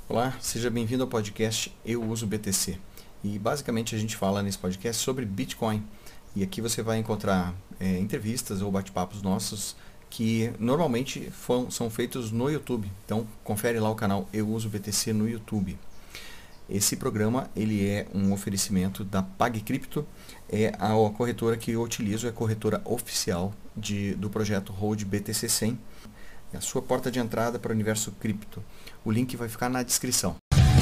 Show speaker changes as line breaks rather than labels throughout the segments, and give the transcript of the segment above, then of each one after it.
Olá, seja bem-vindo ao podcast Eu Uso BTC. E basicamente a gente fala nesse podcast sobre Bitcoin. E aqui você vai encontrar entrevistas ou bate-papos nossos que normalmente são feitos no YouTube. Então confere lá o canal Eu Uso BTC no YouTube. Esse programa ele é um oferecimento da PagCrypto, é a corretora que eu utilizo, é a corretora oficial do projeto Hold BTC 100. É a sua porta de entrada para o universo cripto. O link vai ficar na descrição.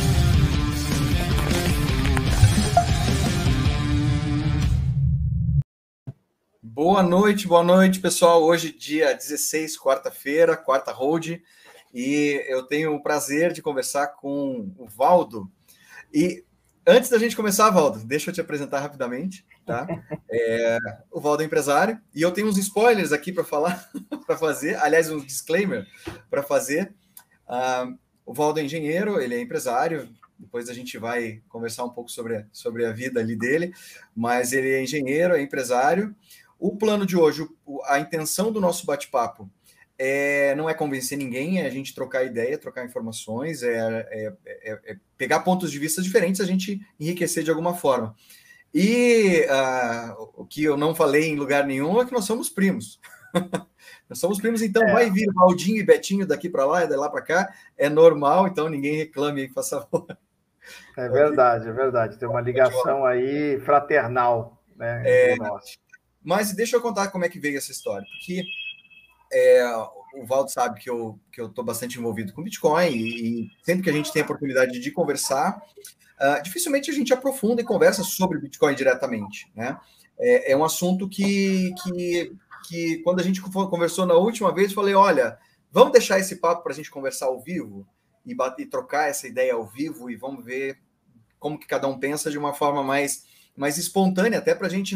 Boa noite, pessoal. Hoje, dia 16, quarta-feira, quarta hold, e eu tenho o prazer de conversar com o Valdo. E antes da gente começar, Valdo, deixa eu te apresentar rapidamente, tá? O Valdo é empresário, e eu tenho uns spoilers aqui para falar, para fazer, aliás, um disclaimer para fazer. O Valdo é engenheiro, ele é empresário, depois a gente vai conversar um pouco sobre a vida ali dele, mas ele é engenheiro, é empresário. O plano de hoje, a intenção do nosso bate-papo não é convencer ninguém, é a gente trocar ideia, trocar informações, pegar pontos de vista diferentes, a gente enriquecer de alguma forma. E o que eu não falei em lugar nenhum é que nós somos primos. Nós somos primos, então vai vir Valdinho e Betinho daqui para lá e de lá para cá, é normal, então ninguém reclame aí, por favor.
É verdade, é verdade. Tem uma ligação aí fraternal, né, entre nós.
Mas deixa eu contar como é que veio essa história, porque o Valdo sabe que eu estou bastante envolvido com Bitcoin e sempre que a gente tem a oportunidade de conversar, dificilmente a gente aprofunda e conversa sobre Bitcoin diretamente, né? É um assunto que quando a gente conversou na última vez, eu falei, olha, vamos deixar esse papo para a gente conversar ao vivo e trocar essa ideia ao vivo e vamos ver como que cada um pensa de uma forma mais espontânea, até para a gente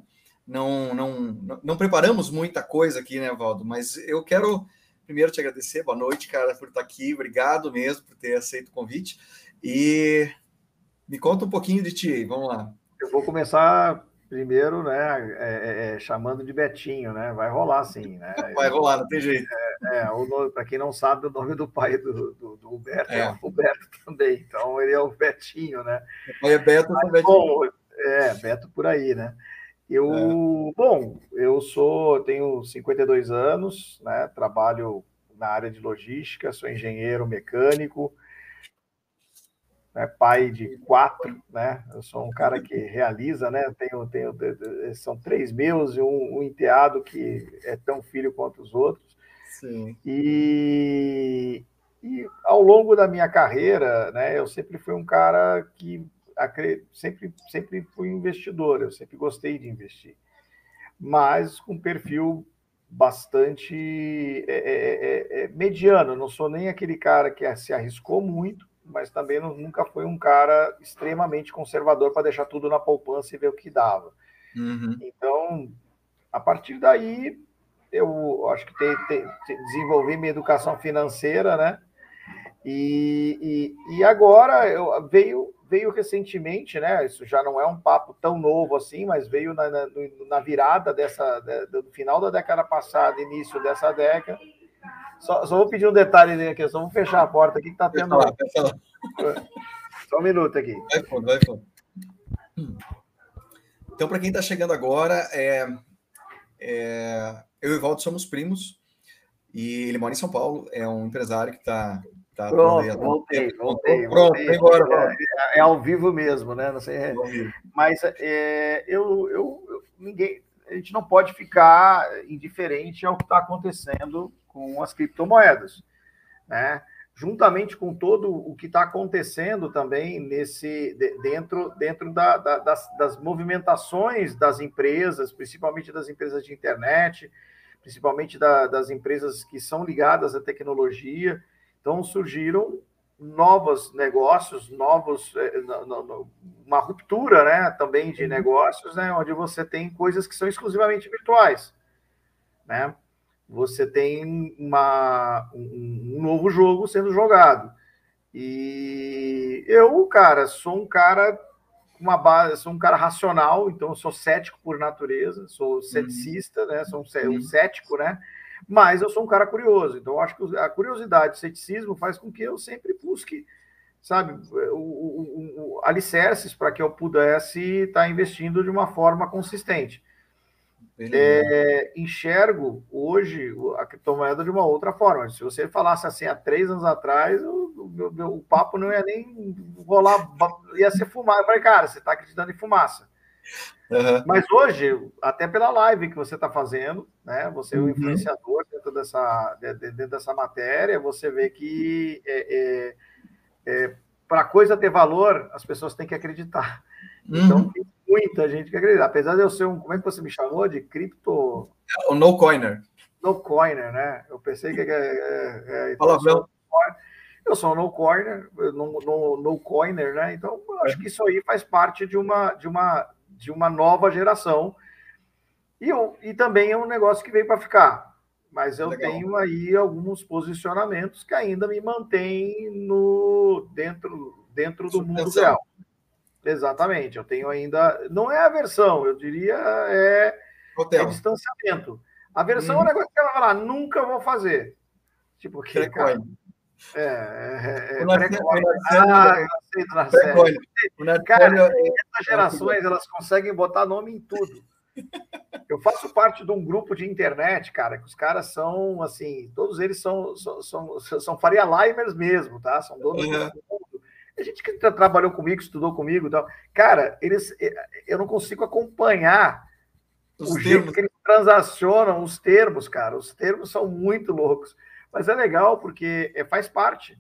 não preparamos muita coisa aqui, né, Valdo? Mas eu quero primeiro te agradecer, boa noite, cara, por estar aqui, obrigado mesmo por ter aceito o convite e me conta um pouquinho de ti aí, vamos lá.
Eu vou começar primeiro, né, chamando de Betinho, né? Vai rolar sim, né?
Vai rolar, não tem jeito.
Para quem não sabe, o nome do pai do Huberto é o
Roberto
também, então ele é o Betinho, né?
O pai é Beto,
mas, bom, Beto por aí, né? Eu tenho 52 anos, né? Trabalho na área de logística, sou engenheiro mecânico, né, pai de 4, né? Eu sou um cara que realiza, né? São 3 meus e um enteado que é tão filho quanto os outros.
Sim.
E ao longo da minha carreira, né? Eu sempre fui um cara que sempre fui investidor. Eu sempre gostei de investir, mas com perfil bastante mediano. Eu não sou nem aquele cara que se arriscou muito, mas também nunca foi um cara extremamente conservador para deixar tudo na poupança e ver o que dava.
Uhum.
Então, a partir daí, eu acho que desenvolvi minha educação financeira, né? E agora veio recentemente, né? Isso já não é um papo tão novo assim, mas veio na virada do final da década passada, início dessa década. Só vou pedir um detalhe aqui, só vou fechar a porta aqui que está tendo. Só um minuto aqui.
Vai fundo. Então, para quem está chegando agora, eu e o Valdo somos primos e ele mora em São Paulo, é um empresário que está
Pronto, voltei.
Pronto, vem embora, Valdo.
É ao vivo mesmo, né? Não sei. Mas a gente não pode ficar indiferente ao que está acontecendo com as criptomoedas, né? Juntamente com todo o que está acontecendo também dentro das movimentações das empresas, principalmente das empresas de internet, principalmente das empresas que são ligadas à tecnologia. Então, surgiram novos negócios, uma ruptura, né, também de negócios, né, onde você tem coisas que são exclusivamente virtuais, né? Você tem um novo jogo sendo jogado. E eu, cara, sou um cara sou um cara racional, então eu sou cético por natureza, sou ceticista, né? Sou um cético, né? Mas eu sou um cara curioso, então eu acho que a curiosidade, o ceticismo faz com que eu sempre busque sabe, alicerces para que eu pudesse estar investindo de uma forma consistente. Enxergo hoje a criptomoeda de uma outra forma. Se você falasse assim há 3 anos atrás, o papo não ia nem rolar, ia ser fumaça. Eu falei, cara, você está acreditando em fumaça. Uhum. Mas hoje, até pela live que você está fazendo, né? Você é o influenciador dentro dessa matéria, você vê que para a coisa ter valor, as pessoas têm que acreditar. Então, tem muita gente que acredita. Apesar de eu ser como é que você me chamou? De cripto...
O no-coiner.
No-coiner, né? Eu pensei que eu sou um no-coiner, no-coiner, né? Então, eu acho que isso aí faz parte de uma nova geração. E também é um negócio que veio para ficar. Mas eu tenho aí alguns posicionamentos que ainda me mantêm dentro do mundo real. Exatamente. Eu tenho ainda... Não é aversão, eu diria é distanciamento. Aversão é um negócio que ela vai falar, nunca vou fazer. Tipo o quê, cara? Cara, essas gerações, elas conseguem botar nome em tudo. Eu faço parte de um grupo de internet, cara, que os caras são, assim, todos eles são Faria Limers mesmo, tá? São donos do mundo. A gente que trabalhou comigo, estudou comigo e tal. Cara, eu não consigo acompanhar o jeito que eles transacionam os termos, cara. Os termos são muito loucos. Mas é legal porque faz parte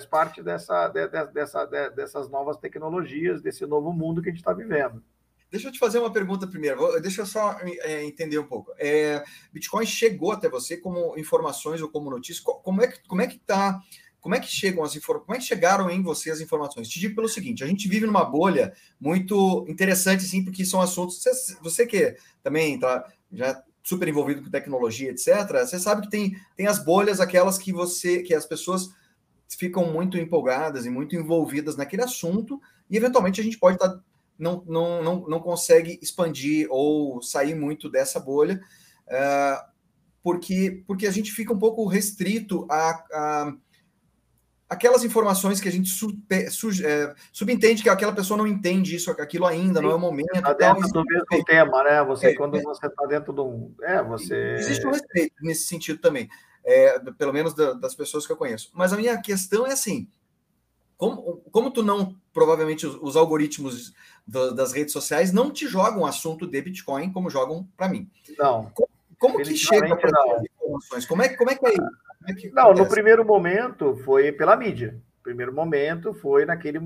dessas novas tecnologias, desse novo mundo que a gente está vivendo.
Deixa eu te fazer uma pergunta primeiro. Deixa eu só entender um pouco. Bitcoin chegou até você como informações ou como notícias? Como é que tá? Como é que chegam as informações? Como é que chegaram em você as informações? Te digo pelo seguinte: a gente vive numa bolha muito interessante, sim, porque são assuntos. Você que também está já super envolvido com tecnologia, etc. Você sabe que tem as bolhas, aquelas que as pessoas ficam muito empolgadas e muito envolvidas naquele assunto, e eventualmente a gente pode estar não consegue expandir ou sair muito dessa bolha, porque a gente fica um pouco restrito a aquelas informações que a gente subentende que aquela pessoa não entende isso, aquilo ainda, não é o momento.
Está dentro do mesmo tema, né? Quando você está dentro de um...
Existe um respeito nesse sentido também, pelo menos das pessoas que eu conheço. Mas a minha questão é assim, como tu não, provavelmente os algoritmos das redes sociais não te jogam assunto de Bitcoin como jogam para mim.
Não.
Como que chega para as informações? Como é que é isso?
Não, no primeiro momento foi pela mídia. No primeiro momento foi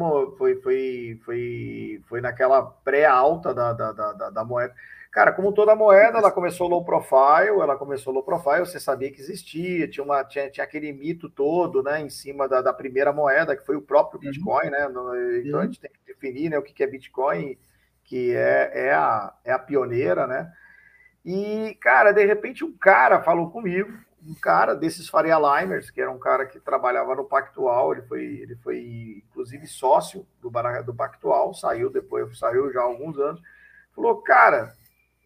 naquela pré-alta da moeda. Cara, como toda moeda, ela começou low profile, você sabia que existia, tinha aquele mito todo, né, em cima da primeira moeda, que foi o próprio Bitcoin, né? Então a gente tem que definir, né, o que é Bitcoin, que é a pioneira, né? E, cara, de repente um cara falou comigo, um cara desses Faria Limers, que era um cara que trabalhava no Pactual, ele foi inclusive sócio do Pactual, saiu já há alguns anos, falou, cara,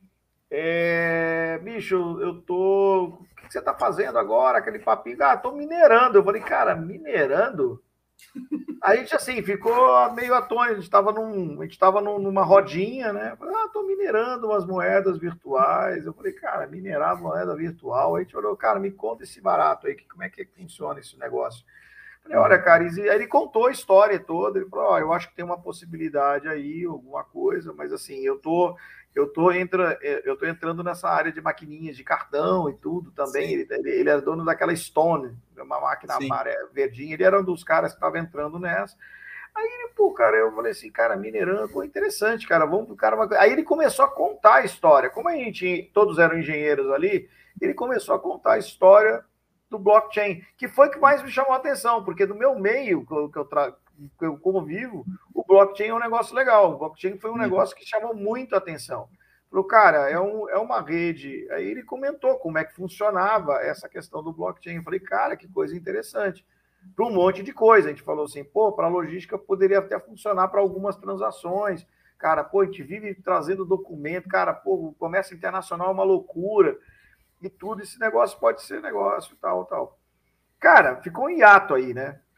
bicho, o que você tá fazendo agora? Aquele papinho, tô minerando. Eu falei, cara, minerando? A gente, assim, ficou meio atônito, a gente estava numa rodinha, né? Eu falei, tô minerando umas moedas virtuais. Eu falei, cara, minerar moeda virtual. Aí a gente olhou, cara, me conta esse barato aí, como é que funciona esse negócio? Eu falei, olha, cara, aí ele contou a história toda, ele falou, eu acho que tem uma possibilidade aí, alguma coisa, mas assim, eu tô entrando nessa área de maquininhas de cartão e tudo também. Ele era dono daquela Stone, uma máquina verdinha. Ele era um dos caras que estava entrando nessa. Aí, cara, eu falei assim, cara, minerando, interessante, cara, vamos pro cara. Aí ele começou a contar a história. Como todos eram engenheiros ali, ele começou a contar a história do blockchain, que foi o que mais me chamou a atenção, porque do meu meio que eu convivo, o blockchain é um negócio legal. O blockchain foi um negócio que chamou muito a atenção. Falou, cara, é uma rede. Aí ele comentou como é que funcionava essa questão do blockchain. Eu falei, cara, que coisa interessante. Para um monte de coisa. A gente falou assim, para a logística poderia até funcionar para algumas transações. Cara, a gente vive trazendo documento. Cara, o comércio internacional é uma loucura. E tudo, esse negócio pode ser negócio, tal. Cara, ficou um hiato aí, né?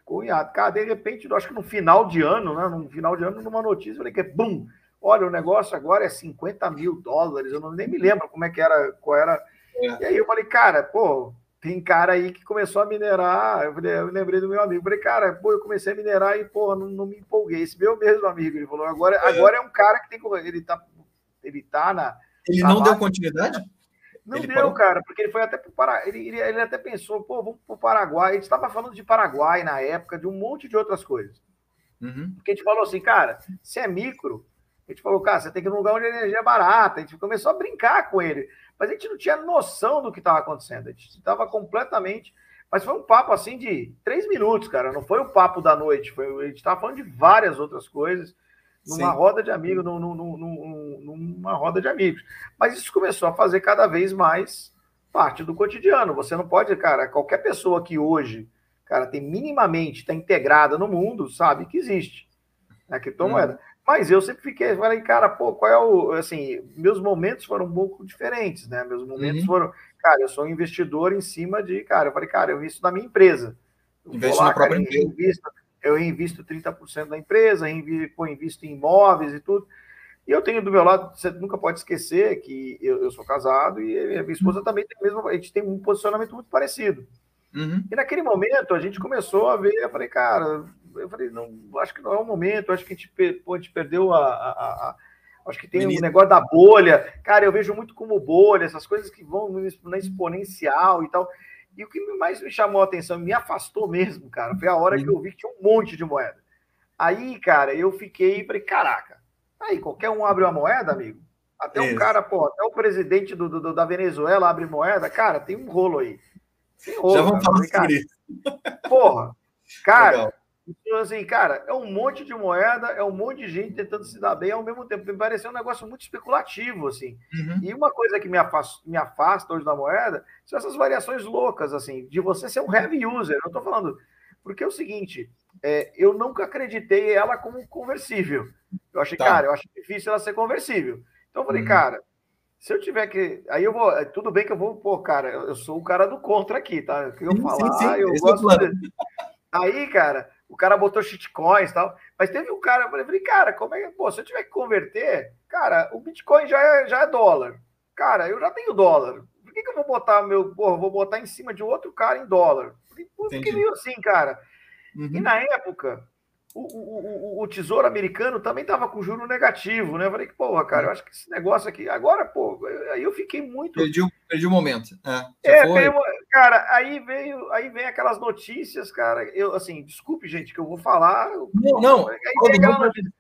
ficou em ato. Cara, de repente, eu acho que no final de ano, né? No final de ano, numa notícia, eu falei que bum! Olha, o negócio agora é $50 mil, eu nem me lembro como é que era, qual era. E aí eu falei, cara, pô, tem cara aí que começou a minerar. Eu lembrei do meu amigo. Eu falei, cara, pô, eu comecei a minerar e, pô, não me empolguei. Esse meu mesmo amigo, ele falou, agora é um cara que tem que. Ele tá na.
Ele não deu continuidade?
Não ele deu, parou? Cara, porque ele foi até para o Paraguai. Ele até pensou, pô, vamos para o Paraguai. A gente estava falando de Paraguai na época, de um monte de outras coisas.
Uhum.
Porque a gente falou assim, cara, se é micro, a gente falou, cara, você tem que ir num lugar onde a energia é barata. A gente começou a brincar com ele. Mas a gente não tinha noção do que estava acontecendo. A gente estava completamente. Mas foi um papo assim de 3 minutos, cara. Não foi o papo da noite. A gente estava falando de várias outras coisas. Numa roda de amigos, numa roda de amigos. Mas isso começou a fazer cada vez mais parte do cotidiano. Você não pode, cara, qualquer pessoa que hoje, cara, tem minimamente, está integrada no mundo, sabe que existe a criptomoeda. Mas eu sempre falei, cara, pô, qual é o, assim, meus momentos foram um pouco diferentes, né? Meus momentos foram, cara, eu sou um investidor em cima de, cara, eu falei, cara, eu invisto na minha empresa.
Investe na própria empresa.
Eu invisto 30% da empresa, invisto em imóveis e tudo. E eu tenho do meu lado, você nunca pode esquecer que eu sou casado e a minha esposa também tem mesmo, a gente tem um posicionamento muito parecido. E naquele momento a gente começou a ver, eu falei, cara, não, acho que não é o momento, acho que a gente perdeu acho que tem um negócio da bolha. Cara, eu vejo muito como bolha, essas coisas que vão na exponencial e tal. E o que mais me chamou a atenção, me afastou mesmo, cara, foi a hora que eu vi que tinha um monte de moeda. Aí, cara, eu falei, caraca, aí qualquer um abre uma moeda, amigo? Até um cara, pô, até o presidente da Venezuela abre moeda, cara, tem um rolo aí. Tem rolo,
já vamos falar sobre isso.
Porra, cara, então, assim, cara, é um monte de moeda, é um monte de gente tentando se dar bem ao mesmo tempo. Me pareceu um negócio muito especulativo, assim. E uma coisa que me afasta hoje da moeda são essas variações loucas, assim, de você ser um heavy user. Eu tô falando, porque é o seguinte, eu nunca acreditei ela como conversível. Eu achei, cara, eu acho difícil ela ser conversível. Então eu falei, cara, se eu tiver que. Aí eu vou. Tudo bem que eu vou, pô, cara, eu sou o cara do contra aqui, tá? O que eu falar, eu gosto de. Aí, cara, o cara botou shitcoins e tal, mas teve um cara, eu falei, cara, como é que, pô, se eu tiver que converter, cara, o Bitcoin já é dólar. Cara, eu já tenho dólar. Por que eu vou botar vou botar em cima de outro cara em dólar? Eu fiquei meio assim, cara. E na época, o Tesouro Americano também estava com juro negativo, né? Eu falei, porra, cara, eu acho que esse negócio aqui, agora, pô, aí eu fiquei muito.
Perdi o momento.
Cara, aí vem aquelas notícias, cara. Eu, assim, desculpe, gente, que eu vou falar.
Não.
Aí vem aquela notícia.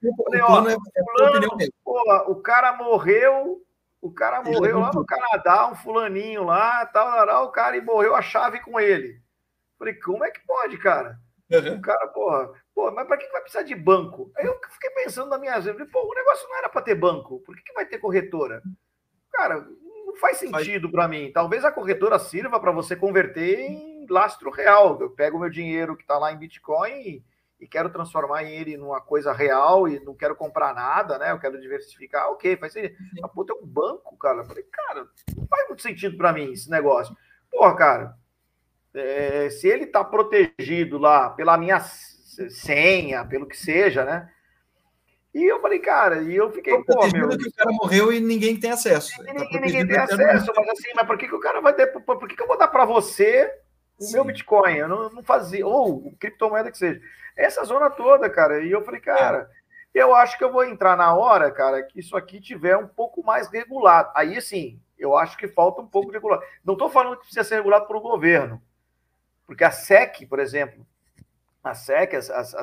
O cara morreu. O cara morreu lá no Canadá, um fulaninho lá, tal, o cara e morreu a chave com ele. Falei, como é que pode, cara? O cara, porra, mas para que vai precisar de banco? Aí eu fiquei pensando na minha vida, o negócio não era para ter banco, por que vai ter corretora? Cara, não faz sentido para mim. Talvez a corretora sirva para você converter em lastro real. Eu pego o meu dinheiro que está lá em Bitcoin e quero transformar ele numa coisa real e não quero comprar nada, né? Eu quero diversificar, ok, faz sentido. Mas, pô, tem um banco, cara. Eu falei, cara, não faz muito sentido para mim esse negócio. Porra, cara, se ele está protegido lá pela minha senha, pelo que seja, né? E eu falei, cara, e eu fiquei,
pô, meu... que o cara morreu e ninguém tem acesso.
Ninguém tem acesso, mas assim, mas por que o cara vai ter... Por que eu vou dar para você o meu Bitcoin? Eu não fazia, ou criptomoeda que seja. Essa zona toda, cara. E eu falei, cara, eu acho que eu vou entrar na hora, cara, que isso aqui tiver um pouco mais regulado. Aí, sim, eu acho que falta um pouco de regulado. Não estou falando que precisa ser regulado por um governo. Porque a SEC, por exemplo, a SEC,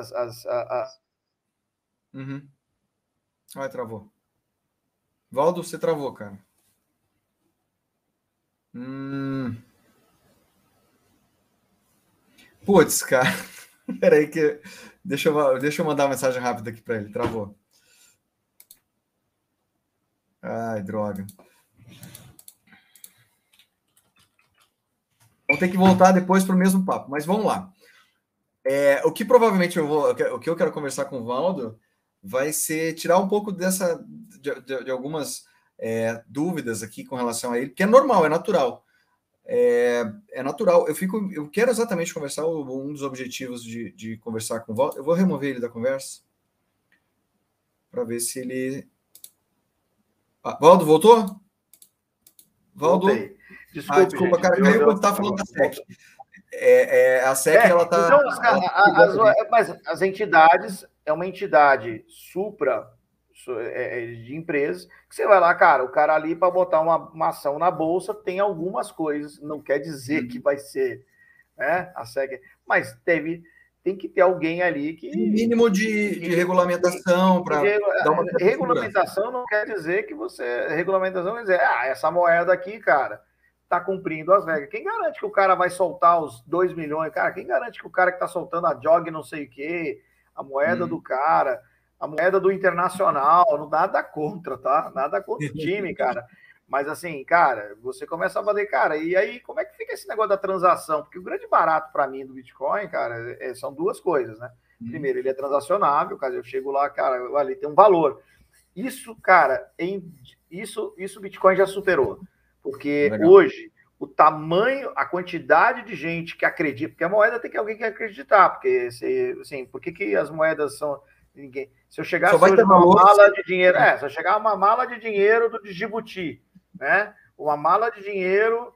Ai, travou. Valdo, você travou, cara. Putz, cara. Peraí que... Deixa eu mandar uma mensagem rápida aqui para ele. Travou. Ai, droga. Vamos ter que voltar depois para o mesmo papo, mas vamos lá. O que provavelmente o que eu quero conversar com o Valdo vai ser tirar um pouco de algumas dúvidas aqui com relação a ele, que é normal, é natural. é natural. Eu quero exatamente conversar, um dos objetivos de conversar com o Valdo, eu vou remover ele da conversa, para ver se ele... Valdo, voltou? Valdo?
Voltei. Desculpe,
desculpa,
gente.
cara, caiu quando estava falando da SEC. A SEC, ela está...
Então, mas as entidades, é uma entidade supra de empresas, que você vai lá, cara, o cara ali para botar uma ação na bolsa tem algumas coisas, não quer dizer que vai ser, né, a SEC, mas tem que ter alguém ali que...
Um mínimo de regulamentação para dar uma...
Regulamentação não quer dizer que você... Regulamentação quer dizer, essa moeda aqui, cara, está cumprindo as regras. Quem garante que o cara vai soltar os 2 milhões? Cara, quem garante que o cara que está soltando a JOG não sei o quê, a moeda do cara, a moeda do Internacional, não nada contra, tá? Nada contra o time, cara. Mas assim, cara, você começa a fazer, cara, e aí como é que fica esse negócio da transação? Porque o grande barato para mim do Bitcoin, cara, são duas coisas, né? Primeiro, ele é transacionável, caso eu chego lá, cara, ali tem um valor. Isso, cara, isso o Bitcoin já superou. Porque hoje, o tamanho, a quantidade de gente que acredita, porque a moeda tem que alguém que acreditar, porque assim, por que as moedas são... Ninguém, se eu chegasse hoje com uma mala de dinheiro, se eu chegar uma mala de dinheiro do Djibouti, né? Uma mala de dinheiro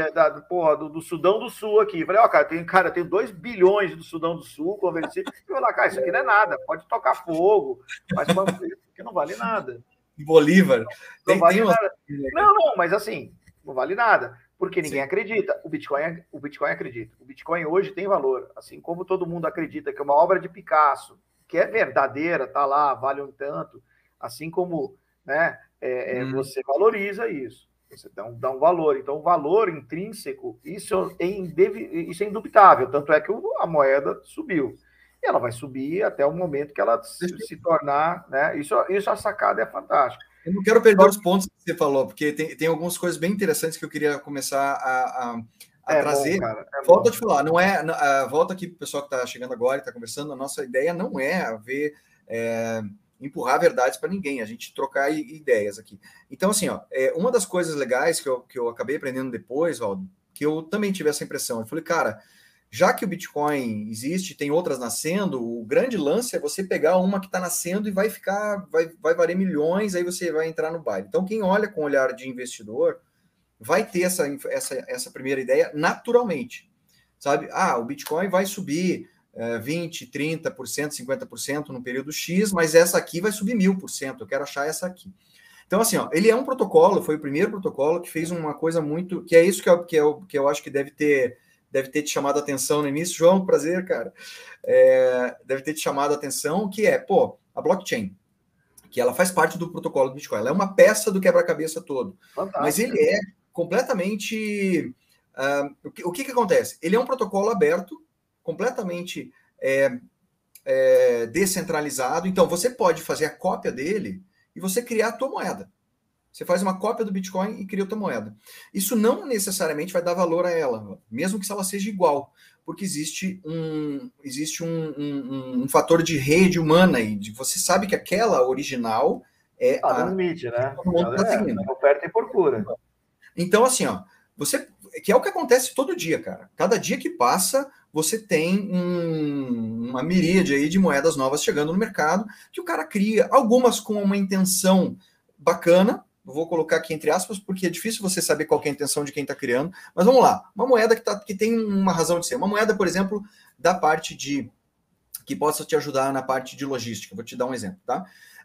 do Sudão do Sul aqui. Falei, cara, eu tenho 2 bilhões do Sudão do Sul convencido. Eu falei, cara, isso aqui não é nada, pode tocar fogo, mas porque não vale nada.
Bolívar.
Não vale nada. Não, mas assim, não vale nada, porque ninguém acredita. O Bitcoin acredita. O Bitcoin hoje tem valor, assim como todo mundo acredita que uma obra de Picasso, que é verdadeira, tá lá, vale um tanto, assim como, né, você valoriza isso, você dá um valor. Então, o valor intrínseco, isso é indubitável, tanto é que a moeda subiu. E ela vai subir até o momento que ela se tornar, né? Isso a sacada é fantástica.
Eu não quero perder os pontos que você falou, porque tem algumas coisas bem interessantes que eu queria começar a trazer. Volto a te falar, não é... volta aqui para o pessoal que está chegando agora e está conversando, a nossa ideia não é empurrar verdades para ninguém, a gente trocar ideias aqui. Então, assim, uma das coisas legais que eu acabei aprendendo depois, Valdo, que eu também tive essa impressão, eu falei, cara, já que o Bitcoin existe, tem outras nascendo, o grande lance é você pegar uma que está nascendo e vai valer milhões, aí você vai entrar no baile. Então, quem olha com olhar de investidor vai ter essa primeira ideia naturalmente, sabe? O Bitcoin vai subir 20%, 30%, 50% no período X, mas essa aqui vai subir 1000%, eu quero achar essa aqui. Então, assim, ele é um protocolo, foi o primeiro protocolo que fez uma coisa muito... que é isso que eu acho que deve ter te chamado a atenção no início. João, prazer, cara. Deve ter te chamado a atenção, que é, a blockchain, que ela faz parte do protocolo do Bitcoin. Ela é uma peça do quebra-cabeça todo. Fantástico. Mas ele é completamente... o que acontece? Ele é um protocolo aberto, completamente descentralizado. Então, você pode fazer a cópia dele e você criar a tua moeda. Você faz uma cópia do Bitcoin e cria outra moeda. Isso não necessariamente vai dar valor a ela, mesmo que ela seja igual, porque existe um fator de rede humana aí, de você sabe que aquela original é
no limite, né?
Tá
oferta e procura.
Então, assim, que é o que acontece todo dia, cara. Cada dia que passa, você tem uma miríade aí de moedas novas chegando no mercado, que o cara cria, algumas com uma intenção bacana. Eu vou colocar aqui entre aspas, porque é difícil você saber qual é a intenção de quem está criando. Mas vamos lá. Uma moeda que tem uma razão de ser. Uma moeda, por exemplo, da parte que possa te ajudar na parte de logística. Vou te dar um exemplo, tá?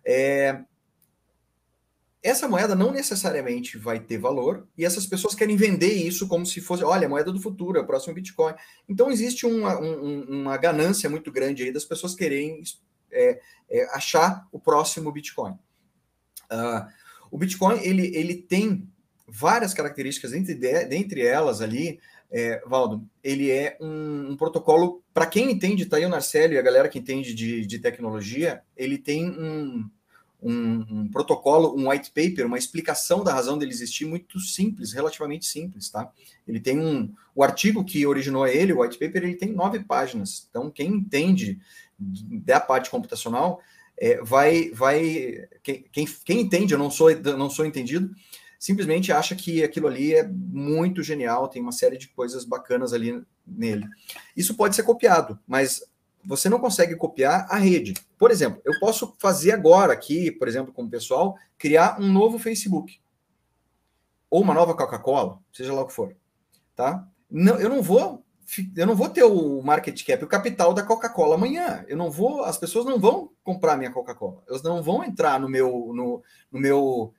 Essa moeda não necessariamente vai ter valor e essas pessoas querem vender isso como se fosse, olha, a moeda do futuro, é o próximo Bitcoin. Então, existe uma ganância muito grande aí das pessoas quererem achar o próximo Bitcoin. O Bitcoin, ele tem várias características, dentre elas ali, Valdo, ele é um protocolo, para quem entende, tá aí o Narcélio e a galera que entende de tecnologia, ele tem um protocolo, um white paper, uma explicação da razão dele existir muito simples, relativamente simples, tá? Ele tem o artigo que originou ele, o white paper, ele tem 9 páginas. Então, quem entende da parte computacional... quem entende, eu não sou entendido, simplesmente acha que aquilo ali é muito genial, tem uma série de coisas bacanas ali nele. Isso pode ser copiado, mas você não consegue copiar a rede. Por exemplo, eu posso fazer agora aqui, por exemplo, com o pessoal, criar um novo Facebook. Ou uma nova Coca-Cola, seja lá o que for. Tá? Não, eu não vou ter o market cap, o capital da Coca-Cola amanhã. As pessoas não vão comprar minha Coca-Cola. Elas não vão entrar no meu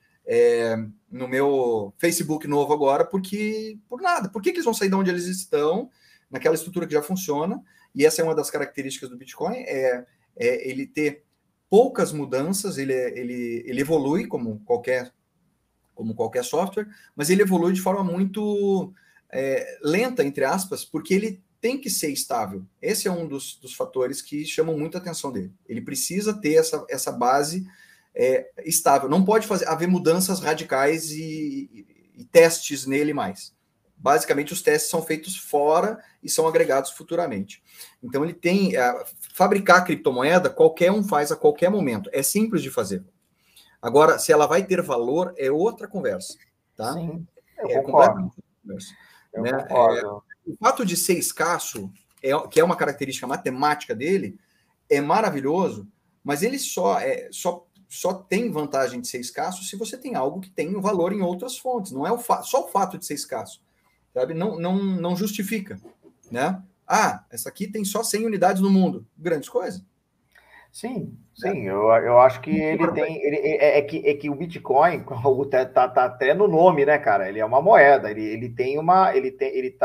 Facebook novo agora por nada. Por que eles vão sair de onde eles estão, naquela estrutura que já funciona? E essa é uma das características do Bitcoin, ele ter poucas mudanças, ele evolui como qualquer software, mas ele evolui de forma muito lenta, entre aspas, porque ele tem que ser estável. Esse é um dos fatores que chamam muito a atenção dele. Ele precisa ter essa base estável. Não pode haver mudanças radicais e testes nele mais. Basicamente, os testes são feitos fora e são agregados futuramente. Então, ele tem... fabricar criptomoeda, qualquer um faz a qualquer momento. É simples de fazer. Agora, se ela vai ter valor, é outra conversa. Tá?
Sim, eu concordo.
Eu concordo. O fato de ser escasso, que é uma característica matemática dele, é maravilhoso, mas ele só tem vantagem de ser escasso se você tem algo que tem valor em outras fontes. Não é só o fato de ser escasso. Sabe? Não justifica. Né? Essa aqui tem só 100 unidades no mundo. Grandes coisas.
Sim, eu acho que ele tem. É que o Bitcoin tá até no nome, né, cara? Ele é uma moeda, ele tem uma. Ele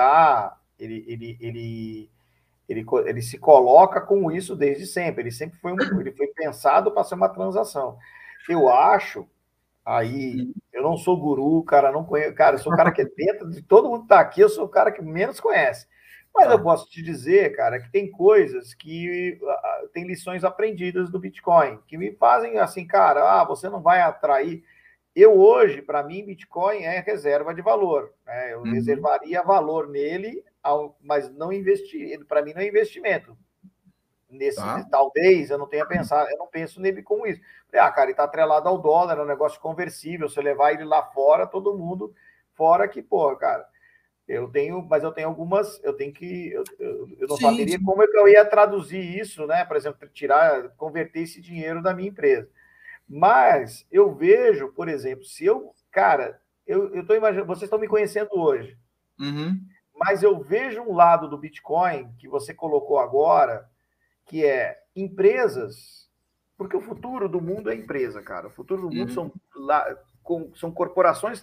se coloca com isso desde sempre. Ele sempre ele foi pensado para ser uma transação. Eu acho. Aí, eu não sou guru, cara, não conheço. Cara, eu sou o cara que dentro de todo mundo que tá aqui, eu sou o cara que menos conhece. Mas eu posso te dizer, cara, que tem coisas que tem lições aprendidas do Bitcoin que me fazem assim, cara, você não vai atrair. Eu hoje, para mim, Bitcoin é reserva de valor. Né? Eu reservaria valor nele, mas não investir. Para mim, não é investimento. Talvez eu não tenha pensado, eu não penso nele como isso. Cara, ele está atrelado ao dólar, é um negócio conversível. Se eu levar ele lá fora, todo mundo fora que, porra, cara. Mas eu tenho algumas, eu não saberia como é que eu ia traduzir isso, né? Por exemplo, converter esse dinheiro da minha empresa. Mas eu vejo, por exemplo, eu estou imaginando, vocês estão me conhecendo hoje, mas eu vejo um lado do Bitcoin que você colocou agora, que é empresas, porque o futuro do mundo é empresa, cara. O futuro do mundo são corporações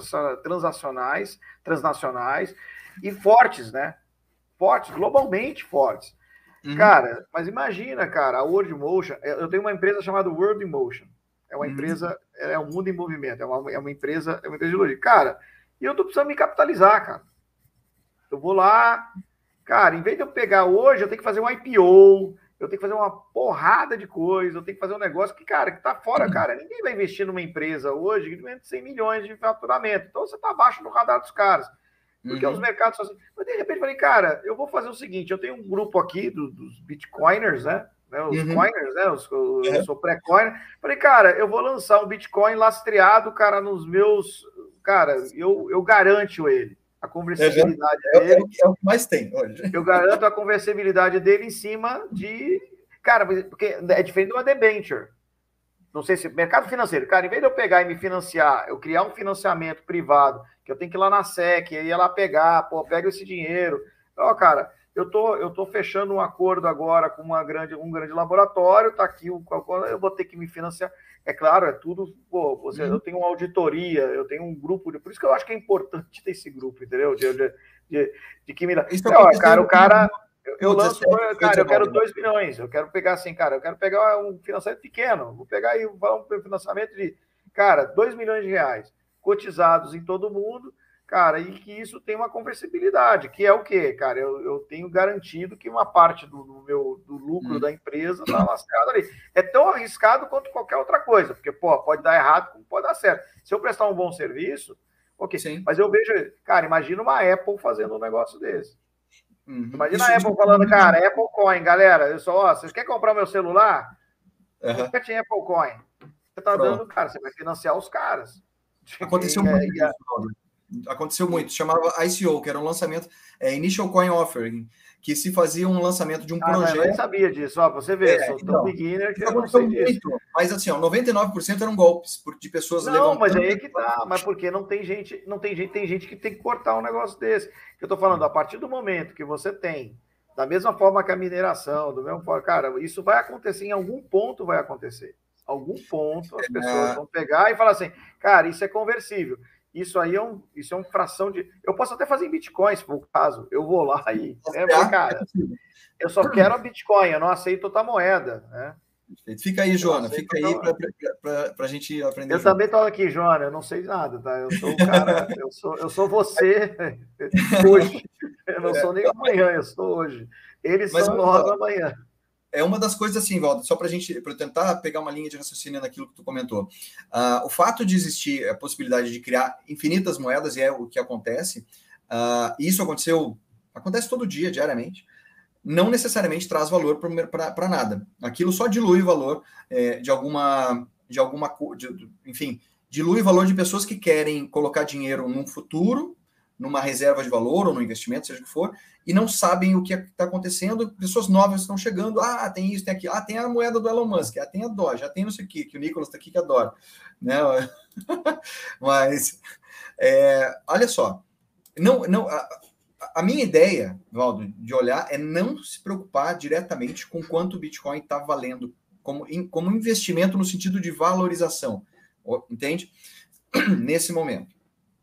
transnacionais e fortes, né? Fortes, globalmente fortes. Cara, mas imagina, cara, a World Motion, eu tenho uma empresa chamada World Motion. É uma empresa, é um mundo em movimento, é uma empresa de logística. Cara, e eu tô precisando me capitalizar, cara. Eu vou lá, cara, em vez de eu pegar hoje, eu tenho que fazer um IPO, eu tenho que fazer uma porrada de coisa, eu tenho que fazer um negócio que, cara, que tá fora, cara. Ninguém vai investir numa empresa hoje que vende 100 milhões de faturamento. Então, você tá abaixo do radar dos caras. Porque os mercados são assim. Mas, de repente, eu falei, cara, eu vou fazer o seguinte, eu tenho um grupo aqui dos Bitcoiners, né? Os coiners, né? Eu sou pré-coiner. Falei, cara, eu vou lançar um Bitcoin lastreado, cara, nos meus... Cara, eu garanto ele. A conversibilidade dele.
É o que mais tem hoje.
Eu garanto a conversibilidade dele em cima de... Cara, porque é diferente de uma debenture. Não sei se... Mercado financeiro. Cara, em vez de eu pegar e me financiar, eu criar um financiamento privado, que eu tenho que ir lá na SEC, ir lá pegar, pega esse dinheiro. Cara, eu tô fechando um acordo agora com um grande laboratório, tá aqui, eu vou ter que me financiar. É claro, é tudo, eu tenho uma auditoria, eu tenho um grupo, por isso que eu acho que é importante ter esse grupo, entendeu? De que me dá. Eu lanço, cara, eu quero 2 milhões, eu quero pegar assim, cara, eu quero pegar um financiamento pequeno, vou pegar aí um financiamento de, cara, 2 milhões de reais, cotizados em todo mundo, cara, e que isso tem uma conversibilidade, que é o quê, cara? Eu tenho garantido que uma parte do lucro da empresa está lascada ali. É tão arriscado quanto qualquer outra coisa, porque, pode dar errado, como pode dar certo. Se eu prestar um bom serviço, ok. Sim. Mas eu vejo, cara, imagina uma Apple fazendo um negócio desse. Imagina a Apple falando, cara, Apple Coin, galera, vocês querem comprar meu celular? Nunca tinha Apple Coin. Você tá dando, cara, você vai financiar os caras.
Aconteceu muito isso, Valdo. Aconteceu muito. Chamava ICO, que era um lançamento, Initial Coin Offering, que se fazia um lançamento de um projeto.
Não, eu nem sabia disso. Ó, você vê, sou tão beginner que eu não sei disso. Muito,
mas assim, 99% eram golpes de pessoas levantando.
Não, mas aí é que tá. Mas porque não tem gente que tem que cortar um negócio desse. Eu tô falando, a partir do momento que você tem, da mesma forma que a mineração, do mesmo forma, cara, isso vai acontecer, em algum ponto vai acontecer. Algum ponto as pessoas vão pegar e falar assim, cara, isso é conversível. Isso aí isso é uma fração de. Eu posso até fazer em Bitcoin, se for o caso. Eu vou lá e. Cara, eu só quero a Bitcoin, eu não aceito outra moeda. Né?
Fica aí, Joana. Fica aí para a gente aprender.
Eu também estou aqui, Joana. Eu não sei nada, tá? Eu sou o cara. eu sou você hoje. Eu não sou nem amanhã, eu sou hoje. Eles são nós amanhã.
É uma das coisas assim, Valdo, só para eu tentar pegar uma linha de raciocínio naquilo que tu comentou. O fato de existir a possibilidade de criar infinitas moedas, e é o que acontece, isso acontece todo dia, diariamente, não necessariamente traz valor para nada. Aquilo só dilui o valor enfim, dilui o valor de pessoas que querem colocar dinheiro num futuro, numa reserva de valor ou no investimento, seja o que for, e não sabem o que está acontecendo, pessoas novas estão chegando, tem isso, tem aquilo, tem a moeda do Elon Musk, tem a Doge, tem não sei o que o Nicolas está aqui que adora, né? Mas, olha só, a minha ideia, Valdo, de olhar é não se preocupar diretamente com quanto o Bitcoin está valendo como investimento no sentido de valorização, entende? Nesse momento.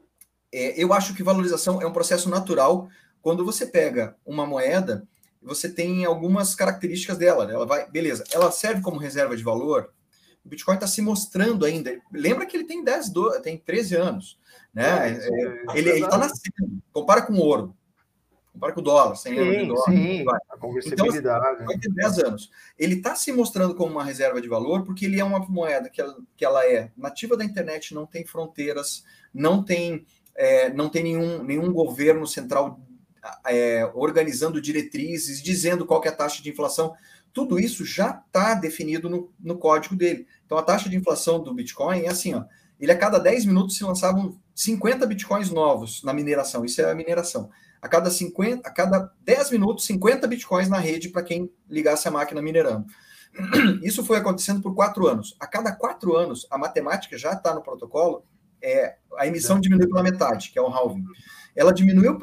Eu acho que valorização é um processo natural. Quando você pega uma moeda, você tem algumas características dela. Beleza, ela serve como reserva de valor. O Bitcoin está se mostrando ainda. Lembra que ele tem 13 anos. Né? Ele está nascendo. Compara com o ouro. Compara com o dólar, 100 anos de dólar.
Sim, a conversibilidade.
Então, vai ter 10 anos. Ele está se mostrando como uma reserva de valor porque ele é uma moeda que ela é nativa da internet, não tem fronteiras, não tem nenhum governo central organizando diretrizes, dizendo qual que é a taxa de inflação. Tudo isso já está definido no código dele. Então, a taxa de inflação do Bitcoin é assim, ele a cada 10 minutos se lançavam 50 Bitcoins novos na mineração. Isso é a mineração. A cada 10 minutos, 50 Bitcoins na rede para quem ligasse a máquina minerando. Isso foi acontecendo por 4 anos. A cada 4 anos, a matemática já está no protocolo, a emissão diminui pela metade, que é o halving. Ela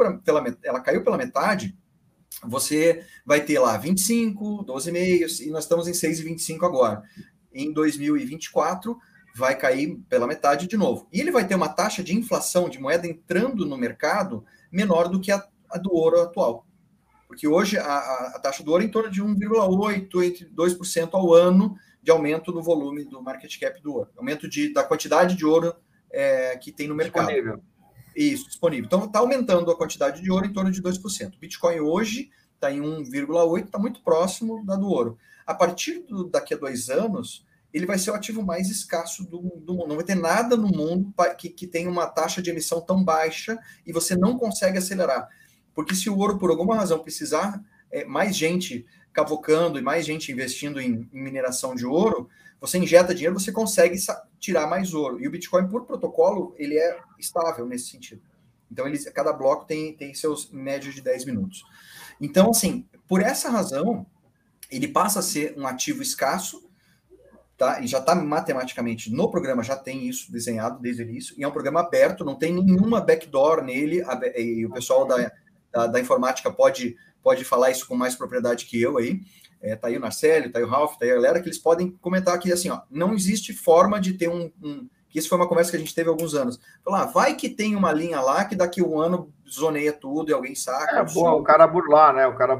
caiu pela metade, você vai ter lá 25, 12,5, e nós estamos em 6,25 agora. Em 2024, vai cair pela metade de novo. E ele vai ter uma taxa de inflação de moeda entrando no mercado menor do que a do ouro atual. Porque hoje a taxa do ouro é em torno de 1,8%, 2% ao ano de aumento no volume do market cap do ouro. Aumento da quantidade de ouro que tem no mercado.
Disponível.
Isso, disponível. Então, está aumentando a quantidade de ouro em torno de 2%. Bitcoin hoje está em 1,8%, está muito próximo da do ouro. A partir daqui a 2 anos, ele vai ser o ativo mais escasso do mundo. Não vai ter nada no mundo que tenha uma taxa de emissão tão baixa e você não consegue acelerar. Porque se o ouro, por alguma razão, precisar mais gente cavocando e mais gente investindo em mineração de ouro, você injeta dinheiro, você consegue tirar mais ouro. E o Bitcoin, por protocolo, ele é estável nesse sentido. Então, cada bloco tem seus médios de 10 minutos. Então, assim, por essa razão, ele passa a ser um ativo escasso, tá? Ele já está matematicamente no programa, já tem isso desenhado desde o início, e é um programa aberto, não tem nenhuma backdoor nele, e o pessoal da informática pode falar isso com mais propriedade que eu aí. Tá aí o Narcélio, tá aí o Ralph, tá aí a galera, que eles podem comentar aqui assim, não existe forma de ter que isso foi uma conversa que a gente teve há alguns anos. Falar, vai que tem uma linha lá que daqui a um ano zoneia tudo e alguém saca.
O cara burlar, né? O cara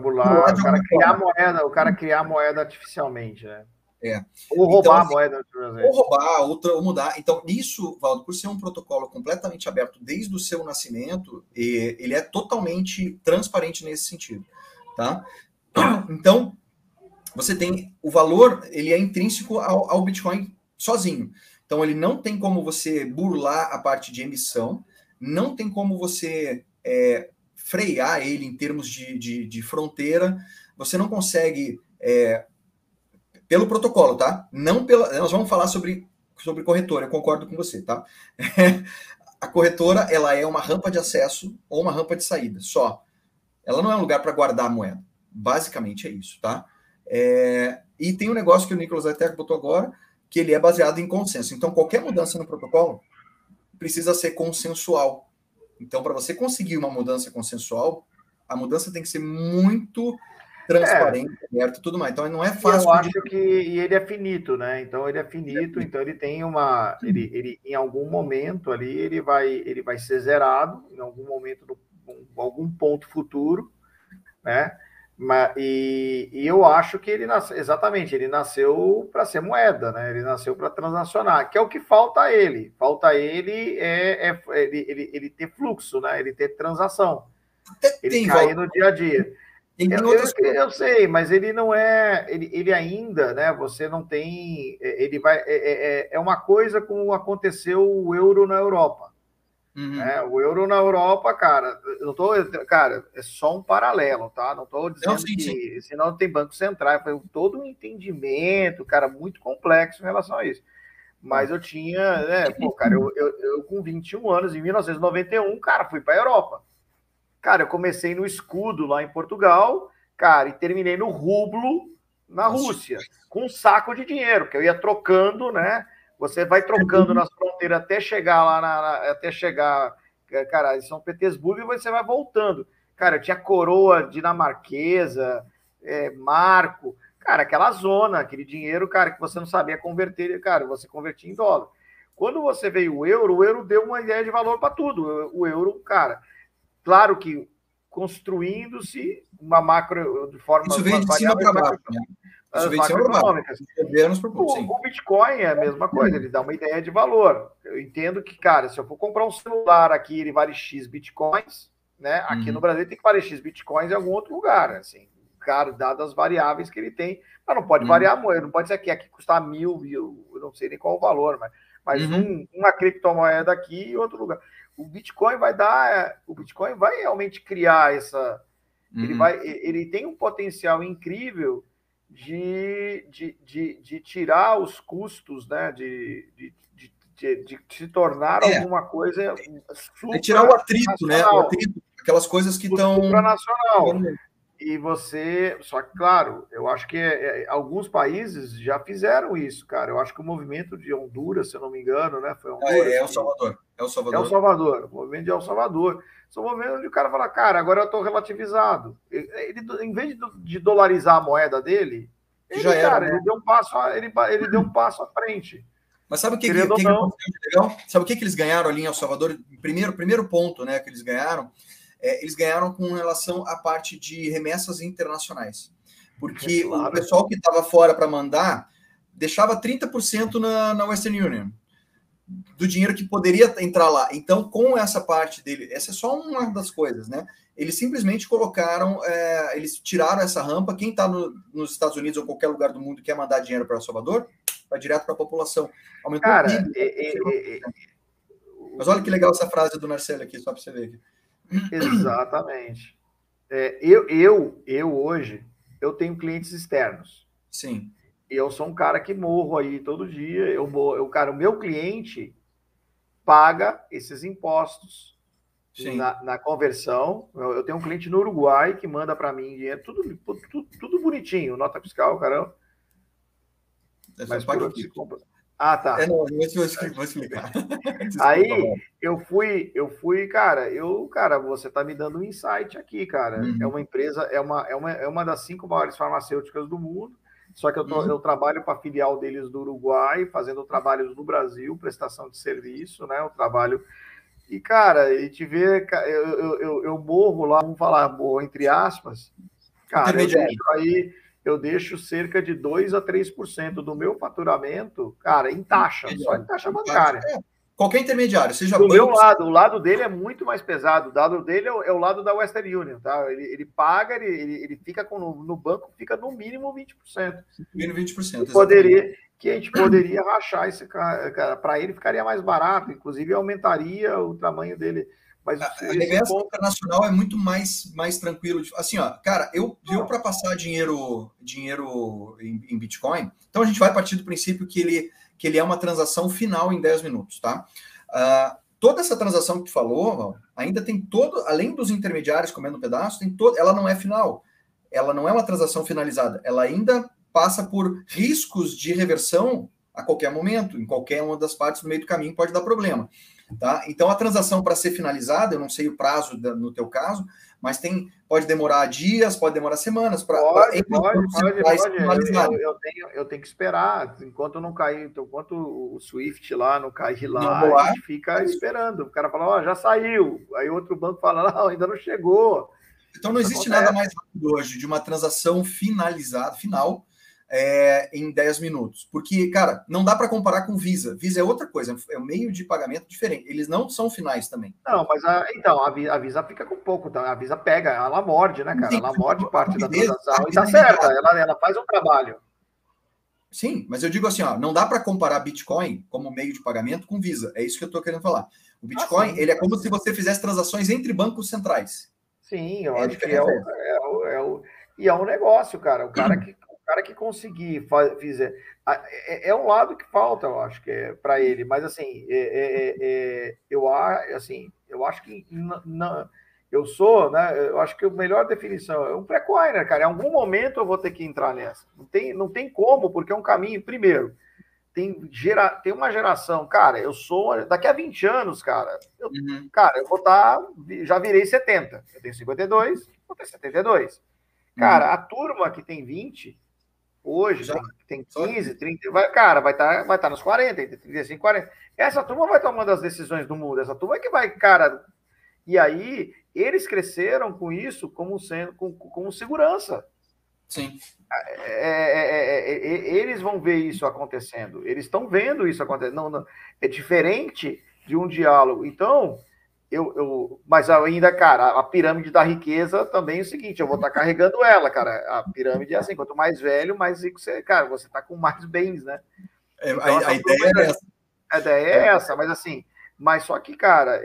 criar moeda artificialmente, né? Ou roubar a moeda.
Ou roubar, ou mudar. Então, isso, Valdo, por ser um protocolo completamente aberto desde o seu nascimento, ele é totalmente transparente nesse sentido, tá? Então, você tem o valor, ele é intrínseco ao Bitcoin sozinho. Então, ele não tem como você burlar a parte de emissão, não tem como você frear ele em termos de fronteira, você não consegue, pelo protocolo, tá? Nós vamos falar sobre sobre corretora, eu concordo com você, tá? A corretora, ela é uma rampa de acesso ou uma rampa de saída, só. Ela não é um lugar para guardar a moeda. Basicamente é isso, tá? E tem um negócio que o Nicolas até botou agora, que ele é baseado em consenso. Então, qualquer mudança no protocolo precisa ser consensual. Então, para você conseguir uma mudança consensual, a mudança tem que ser muito transparente, aberta e tudo mais. Então, não é fácil.
Eu acho que ele é finito, né? Então, ele é finito, então ele tem uma... Ele em algum momento ali, ele vai ser zerado, em algum momento, algum ponto futuro, né? E eu acho que ele nasceu, exatamente, ele nasceu para ser moeda, né? Ele nasceu para transacionar, que é o que falta a ele. Falta a ele ele ter fluxo, né? Ele ter transação. Ele cair no dia a dia. Eu sei, mas ele não é, ele ainda, né? Você não tem, ele vai, é uma coisa como aconteceu o euro na Europa. O euro na Europa, cara, cara, é só um paralelo, tá? Não estou dizendo que senão tem Banco Central, foi todo um entendimento, cara, muito complexo em relação a isso. Mas eu tinha, né, cara, eu com 21 anos, em 1991, cara, fui para a Europa. Cara, eu comecei no escudo lá em Portugal, cara, e terminei no rublo na Rússia, com um saco de dinheiro, que eu ia trocando, né? Você vai trocando nas fronteiras até chegar lá, até chegar, cara, em São Petersburgo, e você vai voltando. Cara, eu tinha coroa dinamarquesa, marco, cara, aquela zona, aquele dinheiro, cara, que você não sabia converter, cara, você convertia em dólar. Quando você veio o euro deu uma ideia de valor para tudo. O euro, cara, claro que construindo-se uma macro de forma...
Isso veio de cima para baixo, né? Isso veio de cima para baixo.
O Bitcoin é a mesma coisa, ele dá uma ideia de valor. Eu entendo que, cara, se eu for comprar um celular aqui, ele vale X Bitcoins, né? Aqui no Brasil tem que valer X Bitcoins em algum outro lugar, assim, cara, dadas as variáveis que ele tem. Mas não pode variar a moeda, não pode ser que aqui custar 1.000, eu não sei nem qual o valor, mas uma criptomoeda aqui e outro lugar. O Bitcoin vai realmente criar essa... Ele tem um potencial incrível de tirar os custos, né? De se tornar alguma coisa
super... tirar o atrito, né? O atrito, aquelas coisas que estão...
supranacional. E você... Só que, claro, eu acho que alguns países já fizeram isso, cara. Eu acho que o movimento de Honduras, se eu não me engano, né? Foi Honduras.
El Salvador.
El Salvador. O movimento de El Salvador. São movimentos onde o cara fala, cara, agora eu estou relativizado. Ele, em vez de dolarizar a moeda dele, ele deu um passo à frente.
Mas sabe o que aconteceu de legal? Sabe o que eles ganharam ali em El Salvador? Primeiro ponto, né, que eles ganharam, eles ganharam com relação à parte de remessas internacionais. Porque o pessoal que estava fora para mandar deixava 30% na Western Union do dinheiro que poderia entrar lá. Então, com essa parte dele, essa é só uma das coisas, né? Eles simplesmente colocaram, eles tiraram essa rampa. Quem está nos Estados Unidos ou qualquer lugar do mundo e quer mandar dinheiro para El Salvador, vai direto para a população. Aumentou o PIB. Mas olha que legal essa frase do Marcelo aqui, só para você ver aqui.
Exatamente. Eu hoje, eu tenho clientes externos.
Sim.
E eu sou um cara que morro aí todo dia. Cara, o meu cliente paga esses impostos na conversão. Eu tenho um cliente no Uruguai que manda para mim dinheiro, tudo bonitinho, nota fiscal, caramba.
Mas paga aqui.
Ah, tá.
Não, vou explicar.
Aí eu fui, cara, você tá me dando um insight aqui, cara. É uma empresa, é uma das 5 maiores farmacêuticas do mundo. Só que eu trabalho para a filial deles do Uruguai, fazendo trabalhos no Brasil, prestação de serviço, né? Eu trabalho. E, cara, e te ver, eu morro lá, vamos falar, morro entre aspas. Cara, eu deixo cerca de 2% a 3% do meu faturamento, cara, em taxa, só em taxa bancária.
Qualquer intermediário, seja
do meu lado, o lado dele é muito mais pesado. O lado dele é o lado da Western Union, tá? Ele paga, ele fica no banco, fica no mínimo 20%.
Mínimo 20%.
Que a gente poderia rachar esse cara. Para ele ficaria mais barato, inclusive aumentaria o tamanho dele. Mas
a remessa internacional é muito mais tranquilo. Assim, ó, cara, eu para passar dinheiro em Bitcoin, então a gente vai partir do princípio que que ele é uma transação final em 10 minutos, tá? Toda essa transação que tu falou, ainda tem além dos intermediários comendo um pedaço, ela não é final. Ela não é uma transação finalizada. Ela ainda passa por riscos de reversão a qualquer momento, em qualquer uma das partes do meio do caminho pode dar problema. Tá? Então, a transação para ser finalizada, eu não sei o prazo no teu caso, mas pode demorar dias, pode demorar semanas.
Pode. Eu tenho que esperar. Enquanto não cair, enquanto o Swift lá não cair lá, a gente fica esperando. O cara fala, já saiu. Aí outro banco fala, não, ainda não chegou.
Então, não existe nada mais rápido hoje de uma transação finalizada, final, em 10 minutos. Porque, cara, não dá para comparar com Visa. Visa é outra coisa, é um meio de pagamento diferente. Eles não são finais também.
Não, mas a Visa fica com pouco, tá? A Visa pega, ela morde, né, cara? Ela morde parte da transação e tá certa, ela faz um trabalho.
Sim, mas eu digo assim, não dá para comparar Bitcoin como meio de pagamento com Visa. É isso que eu estou querendo falar. O Bitcoin, ele é como se você fizesse transações entre bancos centrais.
Sim, eu acho que é um negócio, cara. O cara que conseguir fizer. É um lado que falta, eu acho, que é para ele. Mas, assim, eu acho que eu sou, né? Eu acho que a melhor definição é um pré-coiner, cara. Em algum momento eu vou ter que entrar nessa. Não tem como, porque é um caminho. Primeiro, tem uma geração, cara. Daqui a 20 anos, cara. Eu vou estar. Já virei 70. Eu tenho 52, vou ter 72. Cara, a turma que tem 20, hoje, tem 15, 30, vai estar nos 40, entre 35 e 40. Essa turma vai tomando as decisões do mundo. Essa turma é que vai, cara. E aí, eles cresceram com isso como segurança.
Sim.
Eles vão ver isso acontecendo. Eles estão vendo isso acontecendo. Não, é diferente de um diálogo. Então, mas ainda, cara, a pirâmide da riqueza também é o seguinte, eu vou estar carregando ela, cara. A pirâmide é assim, quanto mais velho, mais rico você, cara, você está com mais bens, né?
Então, a ideia é essa.
A ideia é essa, mas assim, só que, cara,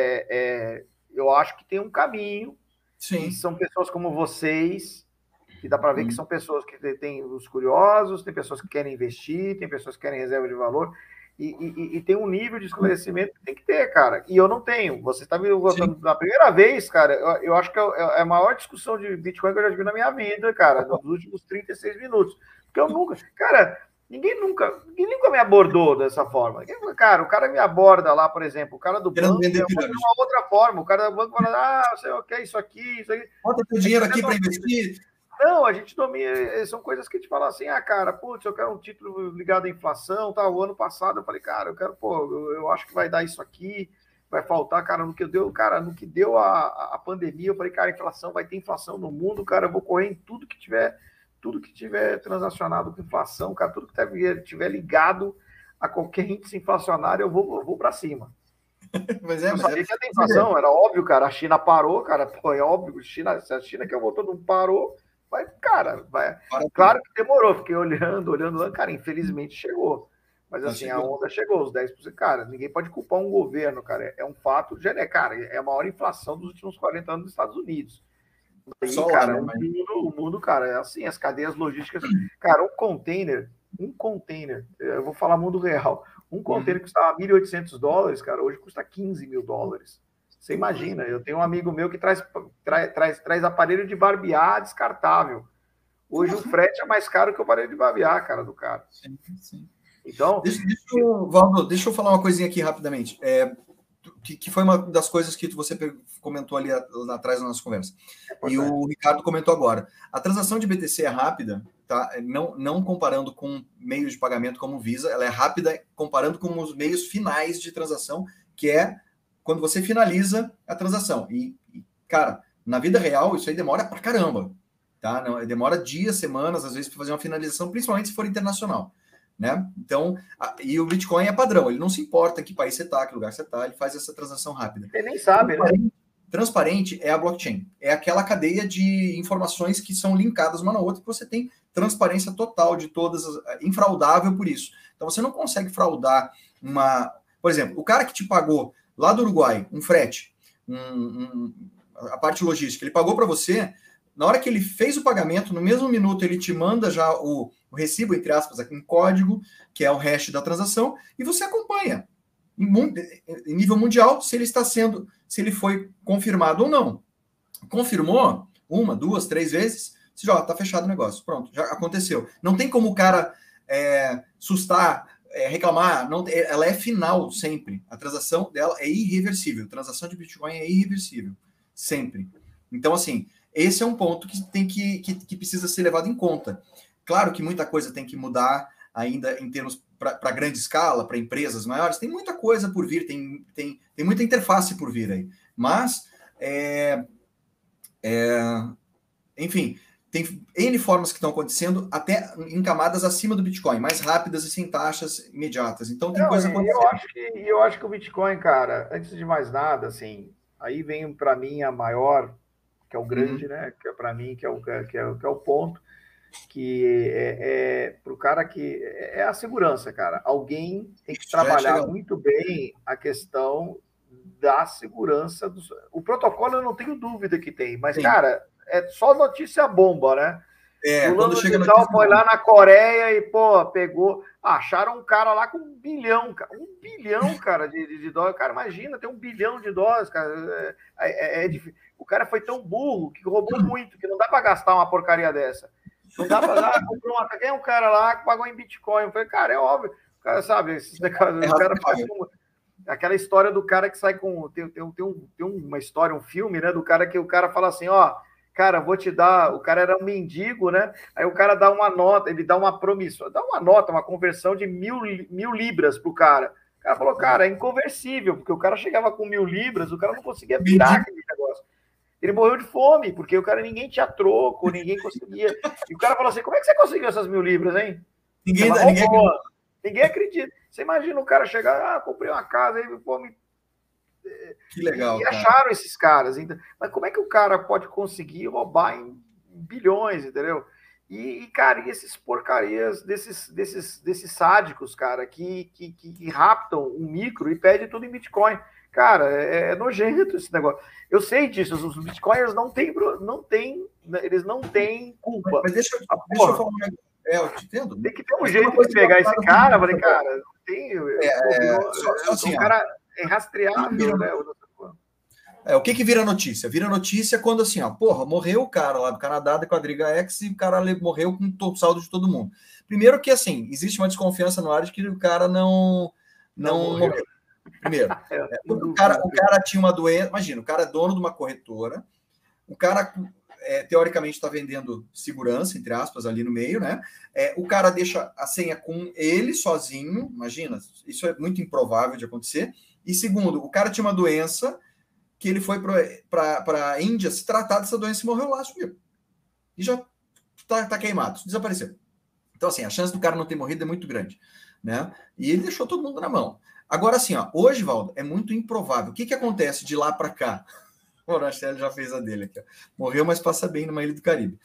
eu acho que tem um caminho.
Sim.
E são pessoas como vocês, que dá para ver que são pessoas que têm os curiosos, tem pessoas que querem investir, tem pessoas que querem reserva de valor. E tem um nível de esclarecimento que tem que ter, cara. E eu não tenho. Você está me votando na primeira vez, cara. Eu acho que é a maior discussão de Bitcoin que eu já vi na minha vida, cara, nos últimos 36 minutos. Porque eu nunca. Cara, ninguém nunca me abordou dessa forma. Cara, o cara me aborda lá, por exemplo, o cara do banco me aborda de uma outra forma. O cara do banco fala, sei o que, isso aqui.
Bota teu dinheiro aqui para investir.
Não, a gente domina, são coisas que a gente fala assim, cara, putz, eu quero um título ligado à inflação, tá? O ano passado eu falei, cara, eu quero, eu acho que vai dar isso aqui, vai faltar, cara, no que deu a pandemia, eu falei, cara, inflação, vai ter inflação no mundo, cara, eu vou correr em tudo que tiver transacionado com inflação, cara, tudo que tiver ligado a qualquer índice inflacionário, eu vou para cima. Eu sabia que ia ter inflação, era óbvio, cara, a China parou, cara, é óbvio, se a China que eu votou não parou, vai. Claro que demorou, fiquei olhando, cara, infelizmente chegou. Mas assim, a onda chegou, os 10%. Cara, ninguém pode culpar um governo, cara. É um fato, cara, é a maior inflação dos últimos 40 anos dos Estados Unidos. Aí, cara, o mundo, cara, é assim, as cadeias logísticas. Cara, um container, eu vou falar mundo real. Um container que custava $1.800, cara, hoje custa $15 mil. Você imagina, eu tenho um amigo meu que traz aparelho de barbear descartável. Hoje o frete é mais caro que o aparelho de barbear, cara, do cara.
Sim.
Então...
Valdo, deixa eu falar uma coisinha aqui rapidamente. Que foi uma das coisas que você comentou ali atrás na nossa conversa. E o Ricardo comentou agora. A transação de BTC é rápida, tá? Não comparando com meios de pagamento como o Visa, ela é rápida comparando com os meios finais de transação, que é quando você finaliza a transação. E, cara, na vida real, isso aí demora pra caramba. Tá? Demora dias, semanas, às vezes, para fazer uma finalização, principalmente se for internacional. Né? Então, e o Bitcoin é padrão, ele não se importa que país você está, que lugar você está, ele faz essa transação rápida.
Ele nem sabe, né?
Transparente é a blockchain, é aquela cadeia de informações que são linkadas uma na outra, que você tem transparência total de todas, infraudável por isso. Então, você não consegue fraudar por exemplo, o cara que te pagou lá do Uruguai, um frete, a parte logística, ele pagou para você, na hora que ele fez o pagamento, no mesmo minuto ele te manda já o o recibo, entre aspas, aqui em código, que é o hash da transação, e você acompanha em nível mundial se ele foi confirmado ou não. Confirmou 1, 2, 3 vezes, você já está fechado o negócio. Pronto, já aconteceu. Não tem como o cara sustar, reclamar, não, ela é final sempre. A transação dela é irreversível. A transação de Bitcoin é irreversível, sempre. Então, assim, esse é um ponto que precisa ser levado em conta. Claro que muita coisa tem que mudar ainda em termos para grande escala, para empresas maiores, tem muita coisa por vir, tem muita interface por vir aí. Mas, enfim, tem N formas que estão acontecendo até em camadas acima do Bitcoin, mais rápidas e sem taxas imediatas. Então, tem coisa acontecendo.
Eu acho que o Bitcoin, cara, antes de mais nada, assim, aí vem para mim a maior, que é o grande, né? Que é para mim, que é o ponto, que para o cara que é a segurança, cara. Alguém tem que trabalhar muito bem a questão da segurança. O protocolo eu não tenho dúvida que tem, mas, cara, é só notícia bomba, né?
Quando chega
notícia foi lá na Coreia e, pô, pegou... acharam um cara lá com 1 bilhão, cara. 1 bilhão, cara, de dólares. Cara, imagina, tem 1 bilhão de dólares, cara. É difícil. O cara foi tão burro que roubou muito, que não dá para gastar uma porcaria dessa. Não dá para comprou uma... Quem é um cara lá que pagou em Bitcoin? Eu falei, cara, é óbvio. O cara sabe, esses negócios, o cara faz aquela história do cara que sai com... Tem uma história, um filme, né? Do cara que o cara fala assim, ó, cara, vou te dar... O cara era um mendigo, né? Aí o cara dá uma nota, ele dá uma promissão, dá uma nota, uma conversão de 1.000 libras pro cara. O cara falou, cara, é inconversível, porque o cara chegava com 1.000 libras, o cara não conseguia virar aquele negócio. Ele morreu de fome, porque o cara, ninguém tinha troco, ninguém conseguia. E o cara falou assim, como é que você conseguiu essas 1.000 libras, hein? Ninguém acredita. Você imagina o cara chegar, comprei uma casa, aí, pô,
que legal.
E acharam esses caras. Mas como é que o cara pode conseguir roubar em bilhões, entendeu? Cara, e esses porcarias desses sádicos, cara, que raptam um micro e pedem tudo em Bitcoin. Cara, é nojento esse negócio. Eu sei disso, os Bitcoiners eles não têm culpa.
Mas deixa eu falar um negócio. Eu te entendo.
Tem que ter um jeito de pegar esse cara. Falei, cara, não tem.
Assim,
o cara é rastreável, né?
O que vira notícia? Vira notícia quando assim, ó, porra, morreu o cara lá do Canadá da Quadriga X e o cara morreu com o saldo de todo mundo. Primeiro que, assim, existe uma desconfiança no ar de que o cara não morreu. Primeiro, o cara tinha uma doença, imagina, o cara é dono de uma corretora, o cara, teoricamente, está vendendo segurança, entre aspas, ali no meio, né? O cara deixa a senha com ele sozinho, imagina, isso é muito improvável de acontecer. E segundo, o cara tinha uma doença que ele foi para a Índia se tratar dessa doença e morreu lá, sumiu. E já tá queimado, desapareceu. Então, assim, a chance do cara não ter morrido é muito grande, né? E ele deixou todo mundo na mão. Agora, assim, ó, hoje, Valdo, é muito improvável. O que acontece de lá para cá? O Horácio já fez a dele aqui. Ó. Morreu, mas passa bem numa ilha do Caribe.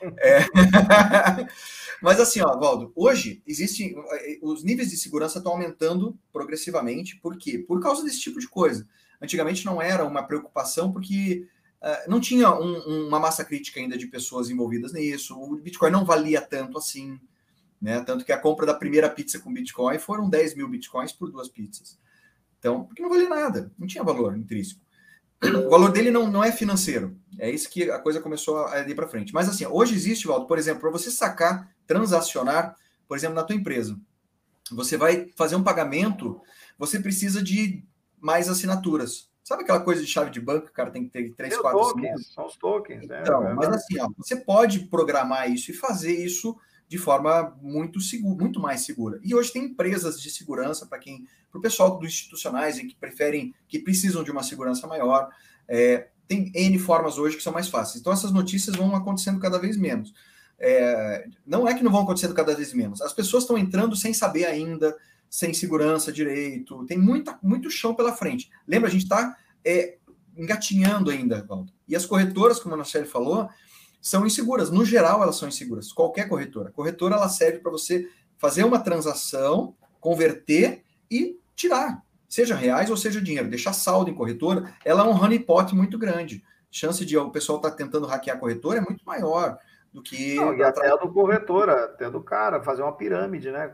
Mas assim, ó, Valdo, hoje existem... Os níveis de segurança estão aumentando progressivamente. Por quê? Por causa desse tipo de coisa. Antigamente não era uma preocupação porque não tinha uma massa crítica ainda de pessoas envolvidas nisso. O Bitcoin não valia tanto assim. Né? Tanto que a compra da primeira pizza com Bitcoin foram 10 mil Bitcoins por 2 pizzas. Então, porque não valia nada, não tinha valor intrínseco. O valor dele não é financeiro. É isso que a coisa começou a ir para frente. Mas assim, hoje existe, Valdo, por exemplo, para você sacar, transacionar, por exemplo, na tua empresa, você vai fazer um pagamento, você precisa de mais assinaturas. Sabe aquela coisa de chave de banco, o cara tem que ter 3, 4, 5?
São os tokens, né?
Então, mas assim, ó, você pode programar isso e fazer isso de forma muito mais segura. E hoje tem empresas de segurança para o pessoal dos institucionais que precisam de uma segurança maior. Tem N formas hoje que são mais fáceis. Então essas notícias vão acontecendo cada vez menos. Não é que não vão acontecendo cada vez menos. As pessoas estão entrando sem saber ainda, sem segurança direito. Tem muito chão pela frente. Lembra, a gente está engatinhando ainda, Valdo. E as corretoras, como a Nachelle falou, são inseguras. No geral, elas são inseguras. Qualquer corretora. A corretora, ela serve para você fazer uma transação, converter e tirar. Seja reais ou seja dinheiro. Deixar saldo em corretora, ela é um honeypot muito grande. A chance de o pessoal estar tentando hackear a corretora é muito maior. do que
Não, e até
atrás.
do corretor, até do cara, fazer uma pirâmide, né?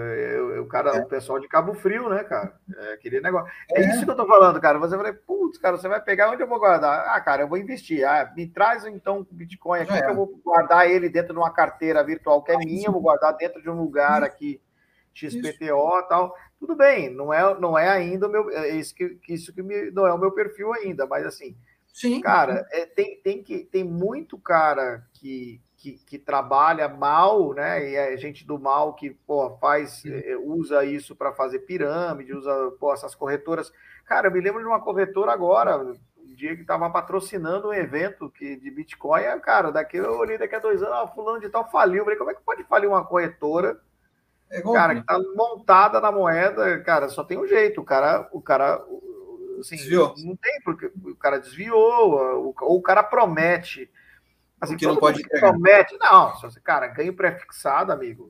O pessoal de Cabo Frio, né, cara? É aquele negócio. É isso que eu tô falando, cara. Você vai, putz, cara, você vai pegar onde eu vou guardar? Ah, cara, eu vou investir. Ah, me traz então o Bitcoin
Já
aqui que eu
é.
vou guardar ele dentro de uma carteira virtual que é minha, eu
Isso,
vou guardar dentro de um lugar aqui,
isso.
XPTO e tal. Tudo bem, não é ainda o meu. Não é o meu perfil ainda, mas assim.
Sim.
Cara, tem muito cara que trabalha mal, né? E é gente do mal que pô, usa isso para fazer pirâmide, usa pô, essas corretoras. Cara, eu me lembro de uma corretora agora, um dia que estava patrocinando um evento de Bitcoin. Cara, eu olhei daqui a 2 anos, fulano de tal faliu. Eu falei, como é que pode falir uma corretora?
É
Cara,
golpe.
que tá montada na moeda, cara, só tem um jeito. O cara assim,
Desviou.
não tem, porque o cara desviou, ou o cara promete.
O
Assim,
que não
todo mundo
pode
que
entregar.
promete, não, se você, cara, ganho prefixado, amigo,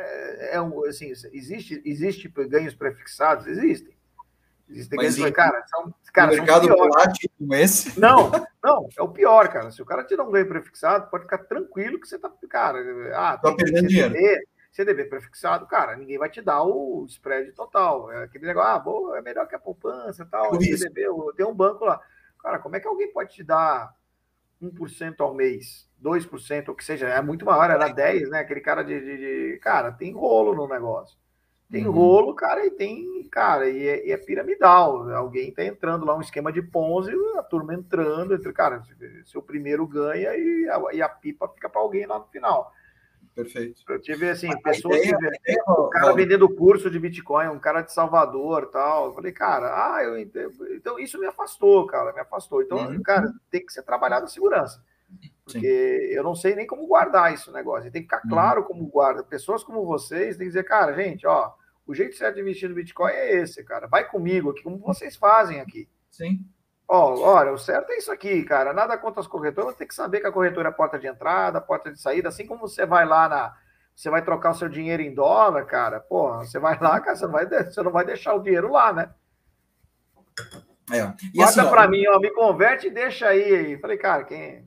assim, existe ganhos prefixados? Existem
Mas
ganhos,
em, no
cara, são os
mercado
piores.
volátil como esse,
Não, é o pior, cara. Se o cara te dá um ganho prefixado, pode ficar tranquilo que você tá, cara,
tá
tem
perdendo dinheiro.
CDB prefixado, cara, ninguém vai te dar o spread total. É aquele negócio, boa, é melhor que a poupança,
É o
tal,
risco.
CDB, tem um banco lá. Cara, como é que alguém pode te dar 1% ao mês, 2%, ou que seja, é muito maior, era 10, né? Aquele cara cara, tem rolo no negócio. Tem
Uhum.
rolo, cara, e é piramidal. Alguém tá entrando lá, um esquema de Ponzi, a turma entrando, cara, seu primeiro ganha e a pipa fica para alguém lá no final.
Perfeito.
Eu tive, assim,
A
pessoas
ideia,
que
a
vê
ideia,
o cara
Valdo,
vendendo curso de Bitcoin, um cara de Salvador tal. Eu falei, cara, eu entendo. Então, isso me afastou, cara, me afastou. Então,
uhum.
cara, tem que ser trabalhado a segurança. Porque
Sim.
eu não sei nem como guardar esse negócio. Tem que ficar
Uhum.
claro como guarda. Pessoas como vocês têm que dizer, cara, gente, ó, o jeito certo de investir no Bitcoin é esse, cara. Vai comigo aqui, como vocês fazem aqui.
Sim.
Ó, olha, o certo é isso aqui, cara. Nada contra as corretoras, tem que saber que a corretora é a porta de entrada, a porta de saída. Assim como você vai lá Você vai trocar o seu dinheiro em dólar, cara. Pô, você vai lá, cara, você não vai deixar o dinheiro lá, né?
É. E assim,
Guarda
ó,
para mim, ó, me converte e deixa aí. Falei, cara, quem.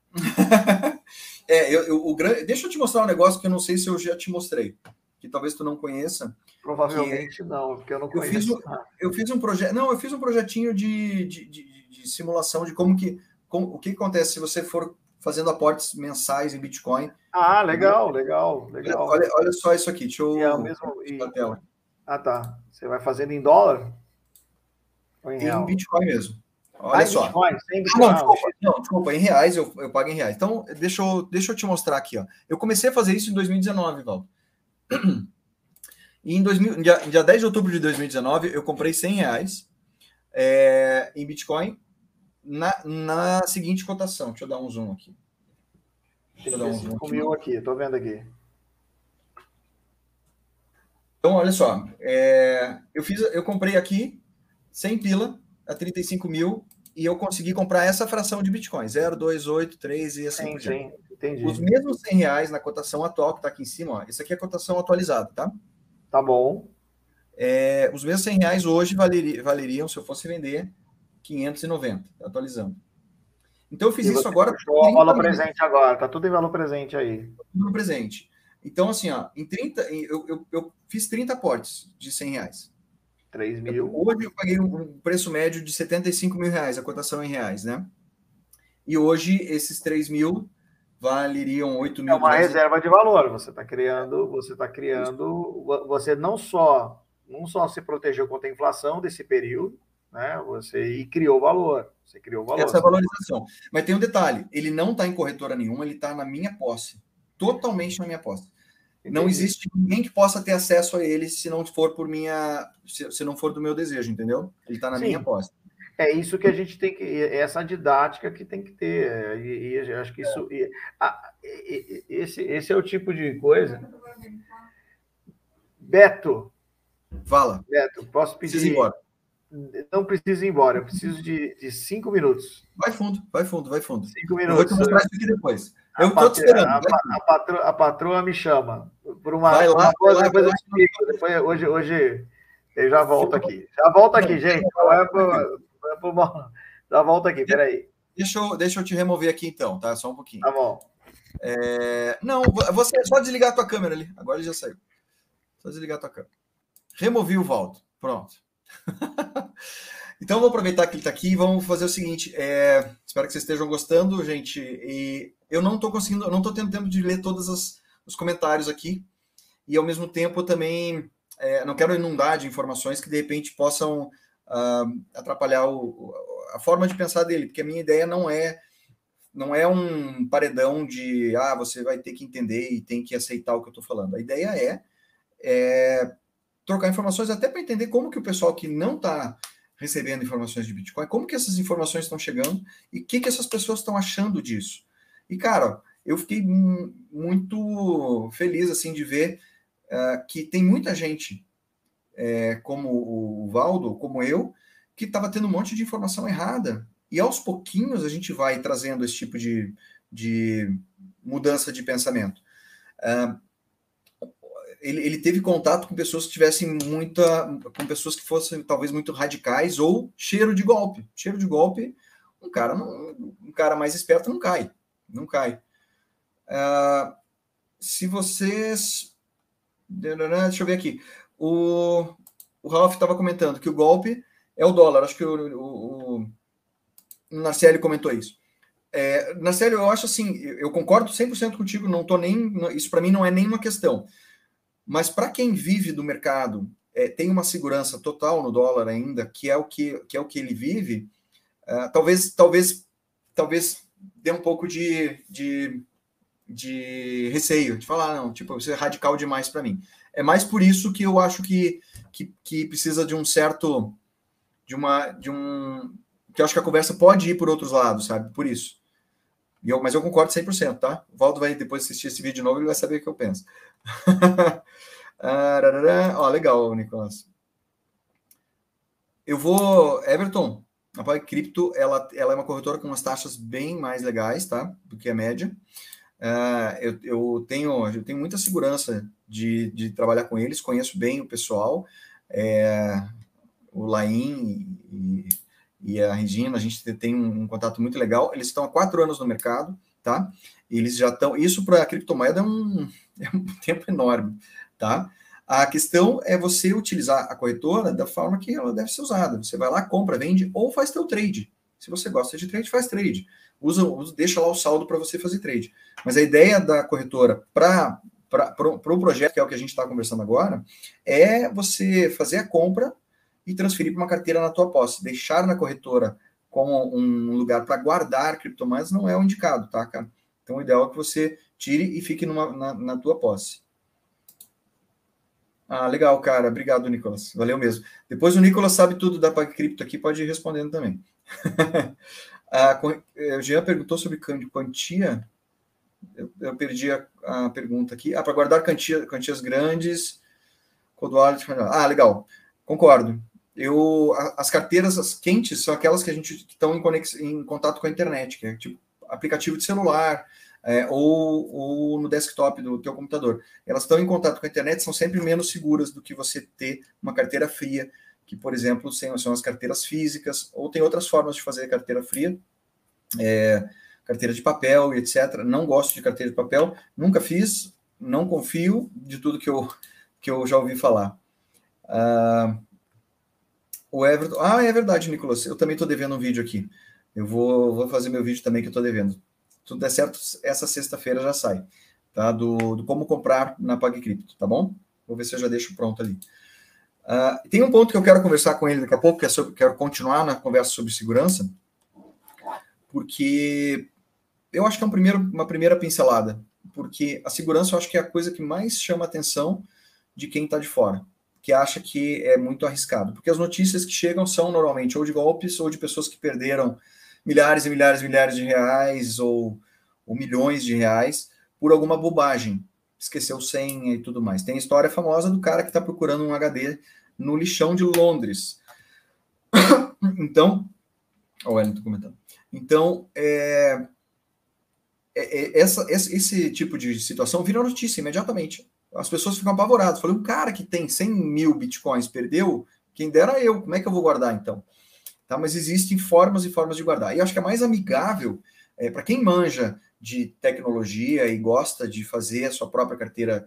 deixa eu te mostrar um negócio que eu não sei se eu já te mostrei, que talvez tu não conheça, que
Provavelmente não, porque eu não
eu fiz,
conheço.
eu fiz um projeto, não, eu fiz um projetinho de simulação de o que acontece se você for fazendo aportes mensais em Bitcoin.
Ah,
Né?
legal, legal, legal.
Olha só isso aqui, deixa
E é o
eu
mesmo.
mostrar a tela.
Ah, tá. Você vai fazendo em dólar ou em
Em
real?
Bitcoin mesmo.
Ah,
Olha
em
só.
Bitcoin, sem
Ah,
Bitcoin.
não,
Ah,
desculpa, não, desculpa, em reais eu pago em reais. Então, deixa eu te mostrar aqui, ó. Eu comecei a fazer isso em 2019, Val. E dia 10 de outubro de 2019, eu comprei R$ 100 em Bitcoin na seguinte cotação. Deixa eu dar um zoom aqui. Deixa eu dar um zoom
35
aqui.
mil aqui, tô vendo aqui.
Então, olha só. Eu comprei aqui 100 pila a 35 mil e eu consegui comprar essa fração de Bitcoin. 0, 2, 8, 3 e assim
Sim,
por diante.
sim, entendi.
Os mesmos R$ 100 na cotação atual que está aqui em cima, ó. Essa aqui é a cotação atualizada, tá?
Tá bom.
Os mesmos R$ 100 hoje valeriam, se eu fosse vender, 590, atualizando. Então eu fiz
E
isso
você
agora por
puxou o
30
valor
meses,
presente agora, tá tudo em valor presente aí.
tudo no presente. Então, assim, ó, em 30, eu fiz 30 aportes de R$ 100.
3 mil.
Hoje eu paguei um preço médio de R$ 75 mil, a cotação em reais, né? E hoje esses 3 mil valeriam
É uma
8.200.
reserva de valor. Você não só se protegeu contra a inflação desse período, né? Você criou valor. Você criou valor.
Essa é a valorização. Mas tem um detalhe: ele não está em corretora nenhuma, ele está na minha posse. Totalmente na minha posse. Não
Entendi.
existe ninguém que possa ter acesso a ele se não for por minha. Se não for do meu desejo, entendeu? Ele está na minha
Sim,
posse.
é isso que a gente tem que. Essa didática que tem que ter. E eu acho que isso. Esse é o tipo de coisa.
Fala.
Beto, posso
Precisa ir
pedir.
embora.
Não preciso ir embora, eu preciso de 5 minutos.
Vai fundo, vai fundo, vai fundo.
Cinco
Eu vou te
minutos.
mostrar isso aqui depois.
A,
Eu estou te esperando.
patroa me chama.
Vai lá,
Uma coisa,
vai lá, vai
depois eu
lá.
te explico. Hoje eu já volto aqui. Já volto aqui, gente. Já volto aqui, peraí.
Deixa eu te remover aqui então, tá? Só um pouquinho.
Tá bom.
Não, você é só desligar a tua câmera ali. Agora ele já saiu. Só desligar a tua câmera. Removi o Valdo. Pronto. Então, vou aproveitar que ele está aqui e vamos fazer o seguinte. Espero que vocês estejam gostando, gente. E eu não estou conseguindo, eu não estou tendo tempo de ler todos os comentários aqui. E, ao mesmo tempo, eu também não quero inundar de informações que, de repente, possam atrapalhar a forma de pensar dele. Porque a minha ideia não é um paredão de você vai ter que entender e tem que aceitar o que eu estou falando. A ideia é trocar informações até para entender como que o pessoal que não está recebendo informações de Bitcoin, como que essas informações estão chegando e o que essas pessoas estão achando disso. E, cara, eu fiquei muito feliz assim de ver que tem muita gente como o Valdo, como eu, que estava tendo um monte de informação errada. E aos pouquinhos a gente vai trazendo esse tipo de mudança de pensamento. Ele teve contato com pessoas que tivessem com pessoas que fossem talvez muito radicais ou cheiro de golpe. Cheiro de golpe, um cara mais esperto não cai. Não cai. Se vocês... Deixa eu ver aqui. O Ralph estava comentando que o golpe é o dólar. Acho que o Narcélio comentou isso. Narcélio, eu acho assim, eu concordo 100% contigo, não tô nem... Isso para mim não é nenhuma questão. Mas para quem vive do mercado, tem uma segurança total no dólar ainda, que é o que ele vive, talvez dê um pouco de receio, de falar, não, tipo, isso é radical demais para mim. É mais por isso que eu acho que precisa de um certo... que eu acho que a conversa pode ir por outros lados, sabe? Por isso. Mas eu concordo 100%, tá? O Valdo vai depois assistir esse vídeo de novo e ele vai saber o que eu penso. Legal, Nicolas. Everton, a PagCrypto, ela é uma corretora com umas taxas bem mais legais, tá? Do que a média. Eu tenho muita segurança de trabalhar com eles, conheço bem o pessoal, o Laim e a Regina, a gente tem um contato muito legal. Eles estão há 4 anos no mercado, tá? Eles já estão... Isso para a criptomoeda é um tempo enorme, tá? A questão é você utilizar a corretora da forma que ela deve ser usada. Você vai lá, compra, vende ou faz teu trade. Se você gosta de trade, faz trade. Deixa lá o saldo para você fazer trade. Mas a ideia da corretora para o projeto, que é o que a gente está conversando agora, é você fazer a compra e transferir para uma carteira na tua posse. Deixar na corretora como um lugar para guardar criptomoedas não é o indicado, tá, cara? Então, o ideal é que você tire e fique na tua posse. Legal, cara. Obrigado, Nicolas. Valeu mesmo. Depois o Nicolas sabe tudo da PagCrypto aqui, pode ir respondendo também. O Jean perguntou sobre quantia. Eu perdi a pergunta aqui. Para guardar quantias grandes. Legal. Concordo. As carteiras quentes são aquelas que a gente estão em contato com a internet, que é tipo aplicativo de celular ou no desktop do teu computador. Elas estão em contato com a internet, são sempre menos seguras do que você ter uma carteira fria, que, por exemplo, são as carteiras físicas, ou tem outras formas de fazer carteira fria, carteira de papel e etc. Não gosto de carteira de papel, nunca fiz, não confio de tudo que eu já ouvi falar. O Everton... é verdade, Nicolas, eu também estou devendo um vídeo aqui. Eu vou fazer meu vídeo também que eu estou devendo. Se tudo der certo, essa sexta-feira já sai, tá? Do como comprar na PagCrypto, tá bom? Vou ver se eu já deixo pronto ali. Tem um ponto que eu quero conversar com ele daqui a pouco, quero continuar na conversa sobre segurança, porque eu acho que é uma primeira pincelada, porque a segurança eu acho que é a coisa que mais chama a atenção de quem está de fora, que acha que é muito arriscado, porque as notícias que chegam são normalmente ou de golpes ou de pessoas que perderam milhares e milhares e milhares de reais ou milhões de reais por alguma bobagem, esqueceu senha e tudo mais. Tem a história famosa do cara que está procurando um HD no lixão de Londres. Então, o Wellington comentando. Então, esse tipo de situação vira notícia imediatamente. As pessoas ficam apavoradas. Falei, um cara que tem 100 mil bitcoins perdeu, quem dera eu, como é que eu vou guardar então? Tá, mas existem formas e formas de guardar. E acho que a mais amigável, para quem manja de tecnologia e gosta de fazer a sua própria carteira,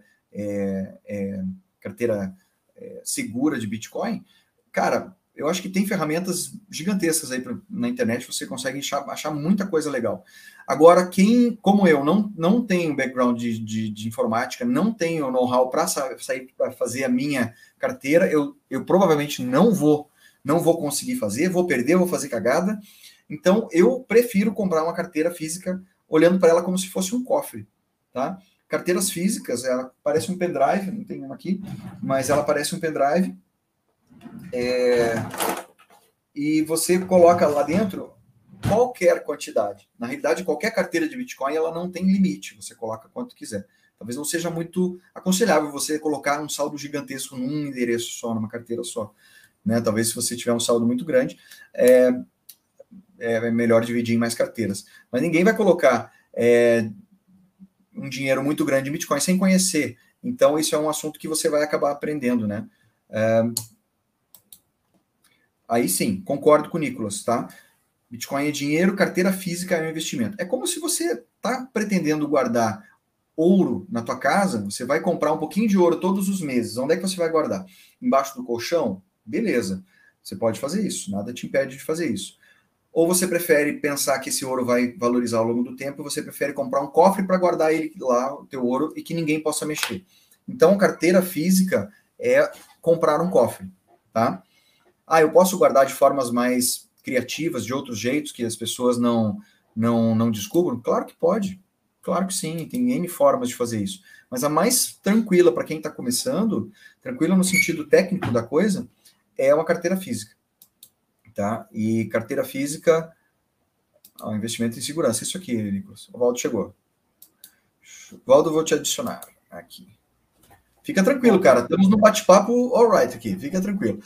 segura de Bitcoin, cara, eu acho que tem ferramentas gigantescas aí na internet, você consegue achar muita coisa legal. Agora, quem, como eu, não tem background de informática, não tenho know-how para sair para fazer a minha carteira, eu provavelmente não vou conseguir fazer, vou perder, vou fazer cagada. Então, eu prefiro comprar uma carteira física olhando para ela como se fosse um cofre, tá? Carteiras físicas, ela parece um pendrive, não tem uma aqui, mas ela parece um pendrive. E você coloca lá dentro qualquer quantidade. Na realidade, qualquer carteira de Bitcoin, ela não tem limite, você coloca quanto quiser. Talvez não seja muito aconselhável você colocar um saldo gigantesco num endereço só, numa carteira só, né? Talvez se você tiver um saldo muito grande, é melhor dividir em mais carteiras. Mas ninguém vai colocar um dinheiro muito grande em Bitcoin sem conhecer. Então, isso é um assunto que você vai acabar aprendendo, né? Aí sim, concordo com o Nicolas, tá? Bitcoin é dinheiro, carteira física é um investimento. É como se você está pretendendo guardar ouro na tua casa, você vai comprar um pouquinho de ouro todos os meses. Onde é que você vai guardar? Embaixo do colchão? Beleza, você pode fazer isso, nada te impede de fazer isso. Ou você prefere pensar que esse ouro vai valorizar ao longo do tempo, você prefere comprar um cofre para guardar ele lá, o teu ouro, e que ninguém possa mexer. Então, carteira física é comprar um cofre, tá? Eu posso guardar de formas mais criativas, de outros jeitos, que as pessoas não descubram? Claro que pode. Claro que sim, tem N formas de fazer isso. Mas a mais tranquila para quem está começando, tranquila no sentido técnico da coisa, é uma carteira física. Tá? E carteira física, investimento em segurança. Isso aqui, Nicolas. O Valdo chegou. Valdo, vou te adicionar aqui. Fica tranquilo, cara. Estamos no bate-papo all right aqui. Fica tranquilo.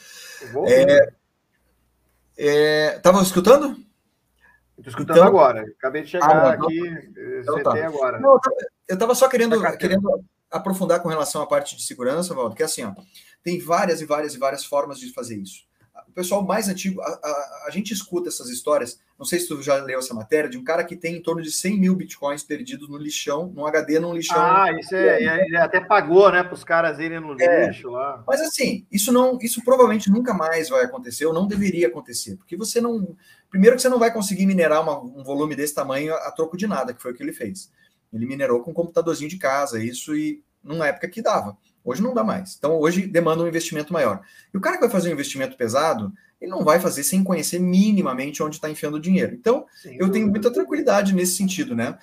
Tava escutando?
Estou escutando então, agora. Acabei de chegar aqui.
Tá.
Agora.
Não, eu estava só querendo aprofundar com relação à parte de segurança, Valdo, que assim, tem várias formas de fazer isso. O pessoal mais antigo, a gente escuta essas histórias, não sei se tu já leu essa matéria, de um cara que tem em torno de 100 mil bitcoins perdidos no lixão, num HD, num lixão.
Isso ele até pagou, né, para os caras irem no lixo lá.
Mas assim, isso provavelmente nunca mais vai acontecer, ou não deveria acontecer, porque você não... Primeiro que você não vai conseguir minerar um volume desse tamanho a troco de nada, que foi o que ele fez. Ele minerou com um computadorzinho de casa, isso, e numa época que dava. Hoje não dá mais. Então, hoje demanda um investimento maior. E o cara que vai fazer um investimento pesado, ele não vai fazer sem conhecer minimamente onde está enfiando o dinheiro. Então, eu tenho muita tranquilidade nesse sentido, né?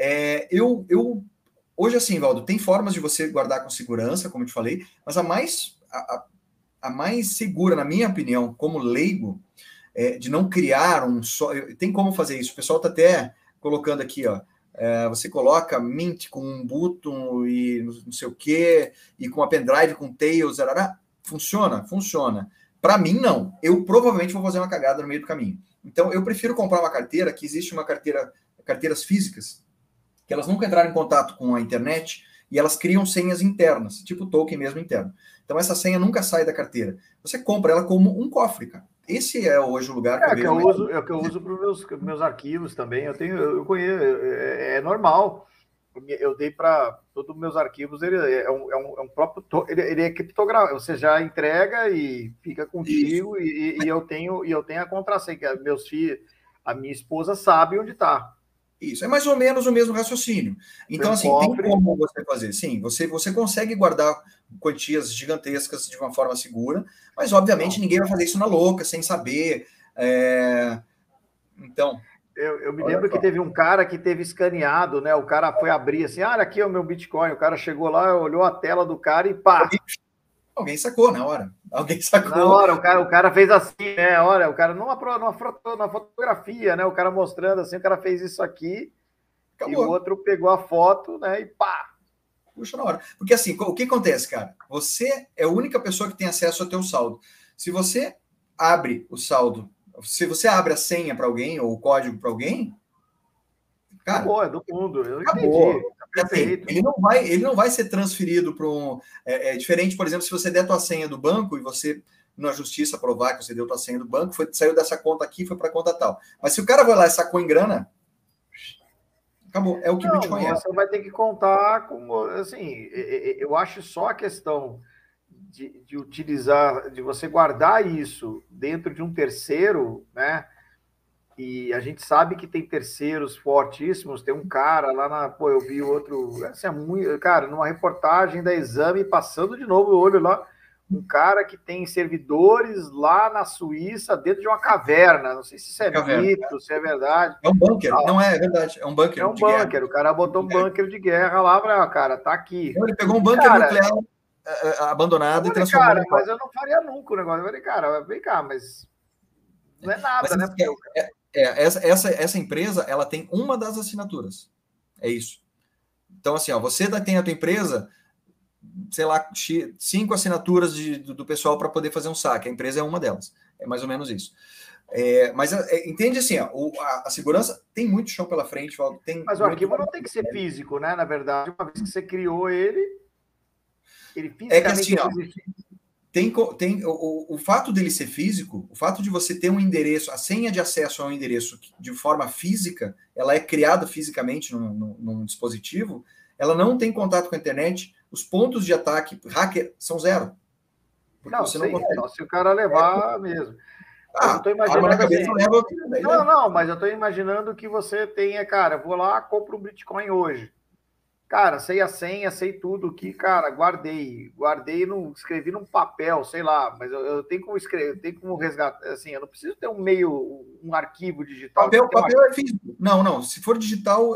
Hoje, assim, Valdo, tem formas de você guardar com segurança, como eu te falei, mas a mais segura, na minha opinião, como leigo, de não criar tem como fazer isso. O pessoal está até colocando aqui, ó. Você coloca Mint com um button e não sei o que, e com a pendrive com Tails, funciona. Para mim, não. Eu provavelmente vou fazer uma cagada no meio do caminho. Então, eu prefiro comprar uma carteira, que existe carteiras físicas, que elas nunca entraram em contato com a internet, e elas criam senhas internas, tipo token mesmo interno. Então, essa senha nunca sai da carteira. Você compra ela como um cofre, cara. Esse é hoje o lugar que eu
vejo. É o que eu uso para os meus arquivos também. Eu conheço, é normal. Eu dei para todos os meus arquivos, ele é um próprio, ele é criptografado. Você já entrega e fica contigo, e eu tenho a contrassenha. Meus filhos, a minha esposa sabe onde está.
Isso, é mais ou menos o mesmo raciocínio. Então, assim, tem como você fazer. Sim, você consegue guardar quantias gigantescas de uma forma segura, mas, obviamente, ninguém vai fazer isso na louca, sem saber. Então...
Eu me lembro que teve um cara que teve escaneado, né? O cara foi abrir assim, olha aqui é o meu Bitcoin. O cara chegou lá, olhou a tela do cara e pá!
Alguém sacou na hora.
Na hora, o cara fez assim, né? Olha, o cara na fotografia, né? O cara mostrando assim, o cara fez isso aqui. Acabou. E o outro pegou a foto, né? E pá!
Puxa na hora. Porque assim, o que acontece, cara? Você é a única pessoa que tem acesso ao teu saldo. Se você abre o saldo, se você abre a senha para alguém ou o código para alguém, cara,
acabou, é do mundo. Eu
acabou. Entendi. Assim, ele não vai ser transferido para um... É diferente, por exemplo, se você der tua senha do banco e você, na justiça, provar que você deu tua senha do banco, saiu dessa conta aqui, foi para conta tal. Mas se o cara vai lá e sacou em grana, Acabou. É o que o
Não,
Bitcoin é.
você vai ter que contar com, assim, eu acho só a questão de utilizar, de você guardar isso dentro de um terceiro, né? E a gente sabe que tem terceiros fortíssimos. Tem um cara lá na. Pô, eu vi outro. Assim, é muito, cara, numa reportagem da Exame, passando de novo o olho lá. Um cara que tem servidores lá na Suíça, dentro de uma caverna. Não sei se isso é
Caverna.
mito, se é verdade.
É um bunker. Não é verdade. É um bunker
É um
de guerra.
bunker. O cara botou um bunker de guerra lá para, cara, tá aqui.
Ele pegou um bunker
Cara,
nuclear abandonado e
falei,
transformou
cara,
num
mas
quarto.
eu não faria nunca o negócio. Eu falei, cara, vem cá, mas não é nada, né? Porque
essa empresa, ela tem uma das assinaturas. É isso. Então, assim, ó, você tem a tua empresa, sei lá, 5 assinaturas do pessoal para poder fazer um saque. A empresa é uma delas. É mais ou menos isso. Mas entende assim, ó, a segurança tem muito chão pela frente.
Mas o arquivo não tem que ser físico, né? Na verdade, uma vez que você criou ele
É que assim,
fisicamente
ó,
existe.
tem o fato dele ser físico, o fato de você ter um endereço, a senha de acesso a um endereço de forma física, ela é criada fisicamente num dispositivo, ela não tem contato com a internet, os pontos de ataque hacker são zero.
Porque não, você não consegue. Só se o cara levar mesmo.
Eu estou imaginando assim.
Mas eu estou imaginando que você tenha, cara, vou lá, compro um Bitcoin hoje. Cara, sei a senha, sei tudo que, cara, guardei, escrevi num papel, sei lá, mas eu tenho como escrever, eu tenho como resgatar, assim, eu não preciso ter um arquivo digital.
Papel é físico. Não, se for digital,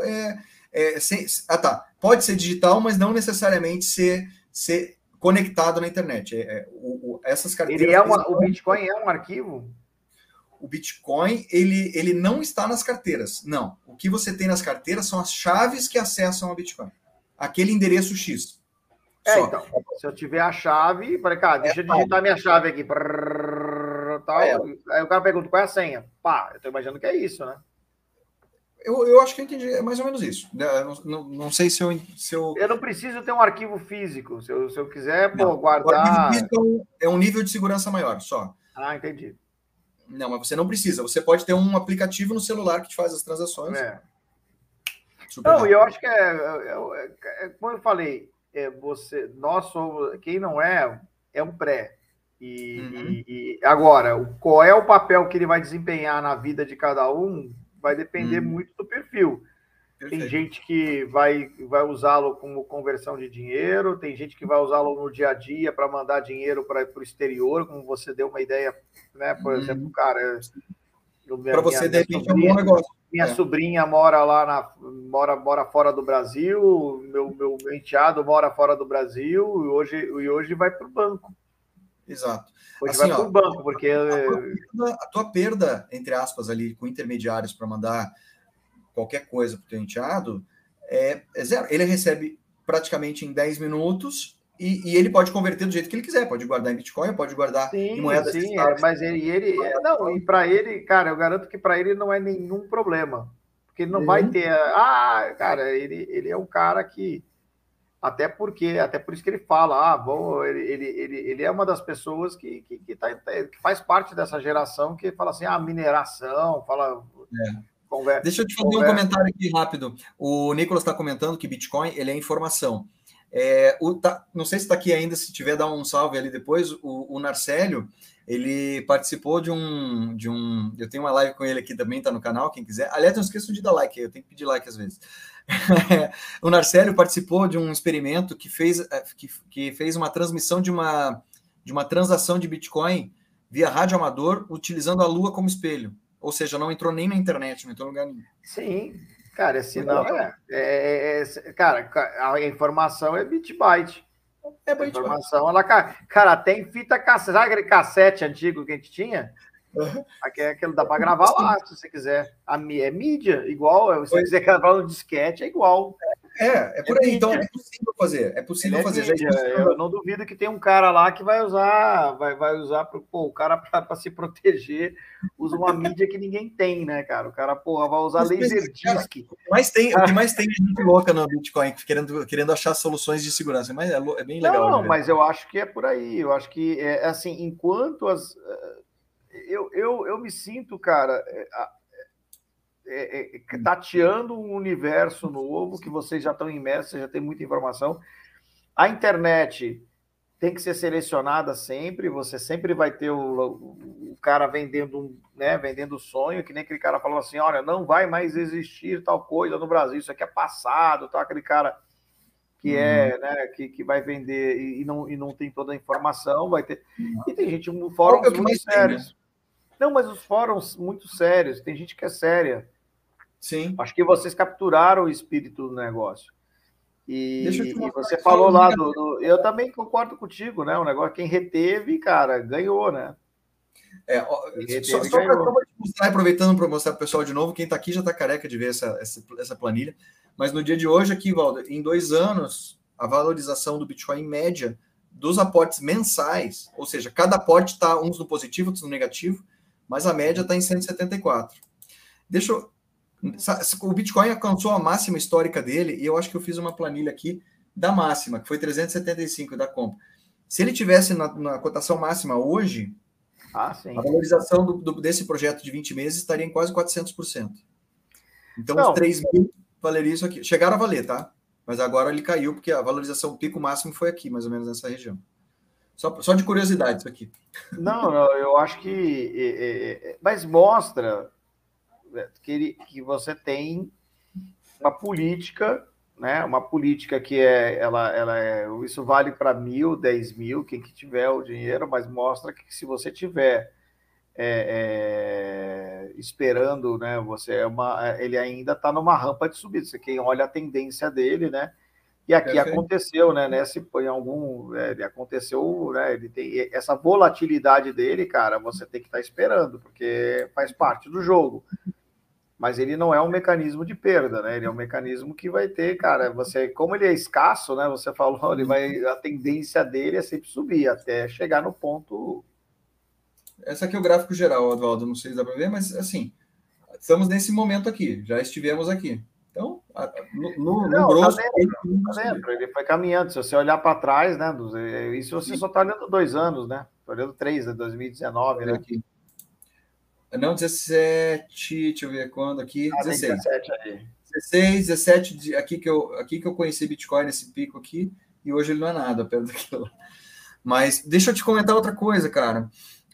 tá, pode ser digital, mas não necessariamente ser conectado na internet. Essas carteiras...
O Bitcoin é um arquivo?
O Bitcoin, ele não está nas carteiras. Não. O que você tem nas carteiras são as chaves que acessam a Bitcoin. Aquele endereço X.
Então, se eu tiver a chave, falei, cara, deixa eu digitar minha chave aqui. Tal, aí o cara pergunta qual é a senha. Pá, eu tô imaginando que é isso, né?
Eu acho que eu entendi, é mais ou menos isso. Não sei se eu...
Eu não preciso ter um arquivo físico. Se eu quiser, guardar... O arquivo
físico é um nível de segurança maior, só.
Ah, entendi.
Não, mas você não precisa. Você pode ter um aplicativo no celular que te faz as transações.
Não, e eu acho que como eu falei, nós somos, quem não é um pré. E agora, qual é o papel que ele vai desempenhar na vida de cada um vai depender muito do perfil. Perfeito. Tem gente que vai usá-lo como conversão de dinheiro, tem gente que vai usá-lo no dia a dia para mandar dinheiro para o exterior, como você deu uma ideia, né? Por exemplo, cara,
para você de repente é um bom negócio.
Minha sobrinha mora lá mora fora do Brasil, meu enteado mora fora do Brasil e hoje vai para o banco.
Exato.
Hoje assim, vai para o banco, porque
a tua perda, entre aspas, ali com intermediários para mandar qualquer coisa para o teu enteado é zero. Ele recebe praticamente em 10 minutos e ele pode converter do jeito que ele quiser. Pode guardar em Bitcoin, pode guardar em moedas.
Sim, mas e para ele, cara, eu garanto que para ele não é nenhum problema. Porque ele não vai ter... cara, ele é um cara que... Até por isso que ele fala, ele é uma das pessoas que faz parte dessa geração que fala assim, mineração, fala...
Deixa eu te fazer um comentário aqui rápido. O Nicolas está comentando que Bitcoin ele é informação. Não sei se está aqui ainda, se tiver, dá um salve ali depois. O Narcélio, ele participou de um... Eu tenho uma live com ele aqui também, está no canal, quem quiser. Aliás, não esqueçam de dar like, eu tenho que pedir like às vezes. O Narcélio participou de um experimento que fez uma transmissão de uma transação de Bitcoin via rádio amador, utilizando a Lua como espelho. Ou seja, não entrou nem na internet, não entrou em lugar nenhum.
Sim, cara, senão cara, a informação é bit-byte. A informação, ela, cara, até em fita cassete. Sabe aquele cassete antigo que a gente tinha? Aquele dá para gravar lá, se você quiser. É mídia, igual. Se você quiser gravar no disquete, é igual.
É por aí. Então é possível fazer. É possível fazer.
Eu não duvido que tem um cara lá que vai usar o cara para se proteger usa uma mídia que ninguém tem, né, cara? O cara, vai usar Laserdisc.
O que mais tem gente louca no Bitcoin querendo achar soluções de segurança, mas é bem legal.
Não, mas eu acho que é por aí. Eu acho que assim, enquanto eu me sinto, cara, tateando um universo novo que vocês já estão imersos, vocês já tem muita informação. A internet tem que ser selecionada sempre, você sempre vai ter o cara vendendo, né, vendendo sonho, que nem aquele cara falou assim, olha, não vai mais existir tal coisa no Brasil, isso aqui é passado, tal, aquele cara que né, que vai vender e não tem toda a informação, vai ter... E tem gente, fóruns muito sérios. Tem, né? Não, mas os fóruns muito sérios, tem gente que é séria.
Sim.
Acho que vocês capturaram o espírito do negócio. E você falou lá eu também concordo contigo, né? O negócio, quem reteve, cara, ganhou, né?
Só para mostrar, aproveitando para mostrar para o pessoal de novo, quem está aqui já está careca de ver essa planilha. Mas no dia de hoje, aqui, Valdo, em 2 anos, a valorização do Bitcoin em média dos aportes mensais, ou seja, cada aporte está uns no positivo, outros no negativo, mas a média está em 174. O Bitcoin alcançou a máxima histórica dele, e eu acho que eu fiz uma planilha aqui da máxima, que foi 375 da compra. Se ele tivesse na cotação máxima hoje, a valorização desse projeto de 20 meses estaria em quase 400%. Então, os 3 mil valeria isso aqui. Chegaram a valer, tá? Mas agora ele caiu, porque a valorização, o pico máximo foi aqui, mais ou menos nessa região. Só de curiosidade isso aqui.
Não, eu acho que... Mas mostra que você tem uma política, né? Uma política que isso vale para 1.000, 10 mil, quem que tiver o dinheiro, mas mostra que se você tiver esperando, né? Ele ainda está numa rampa de subida. Você quem olha a tendência dele, né? E aqui aconteceu, né? Ele aconteceu, né? Ele tem essa volatilidade dele, cara. Você tem que estar esperando, porque faz parte do jogo. Mas ele não é um mecanismo de perda, né? Ele é um mecanismo que vai ter, cara. Como ele é escasso, né? Você falou, a tendência dele é sempre subir até chegar no ponto.
Esse aqui é o gráfico geral, Oswaldo. Não sei se dá para ver, mas assim, estamos nesse momento aqui. Já estivemos aqui. Então, no grosso...
Tá dentro. Ele foi caminhando. Se você olhar para trás, né? Isso você só está olhando 2 anos, né? Estou olhando 3, né? 2019, né?
Aqui. Não, 17, deixa eu ver quando aqui. 16.
17 aí.
16, 17, aqui que eu conheci Bitcoin, nesse pico aqui, e hoje ele não é nada perto daquilo. Mas deixa eu te comentar outra coisa, cara.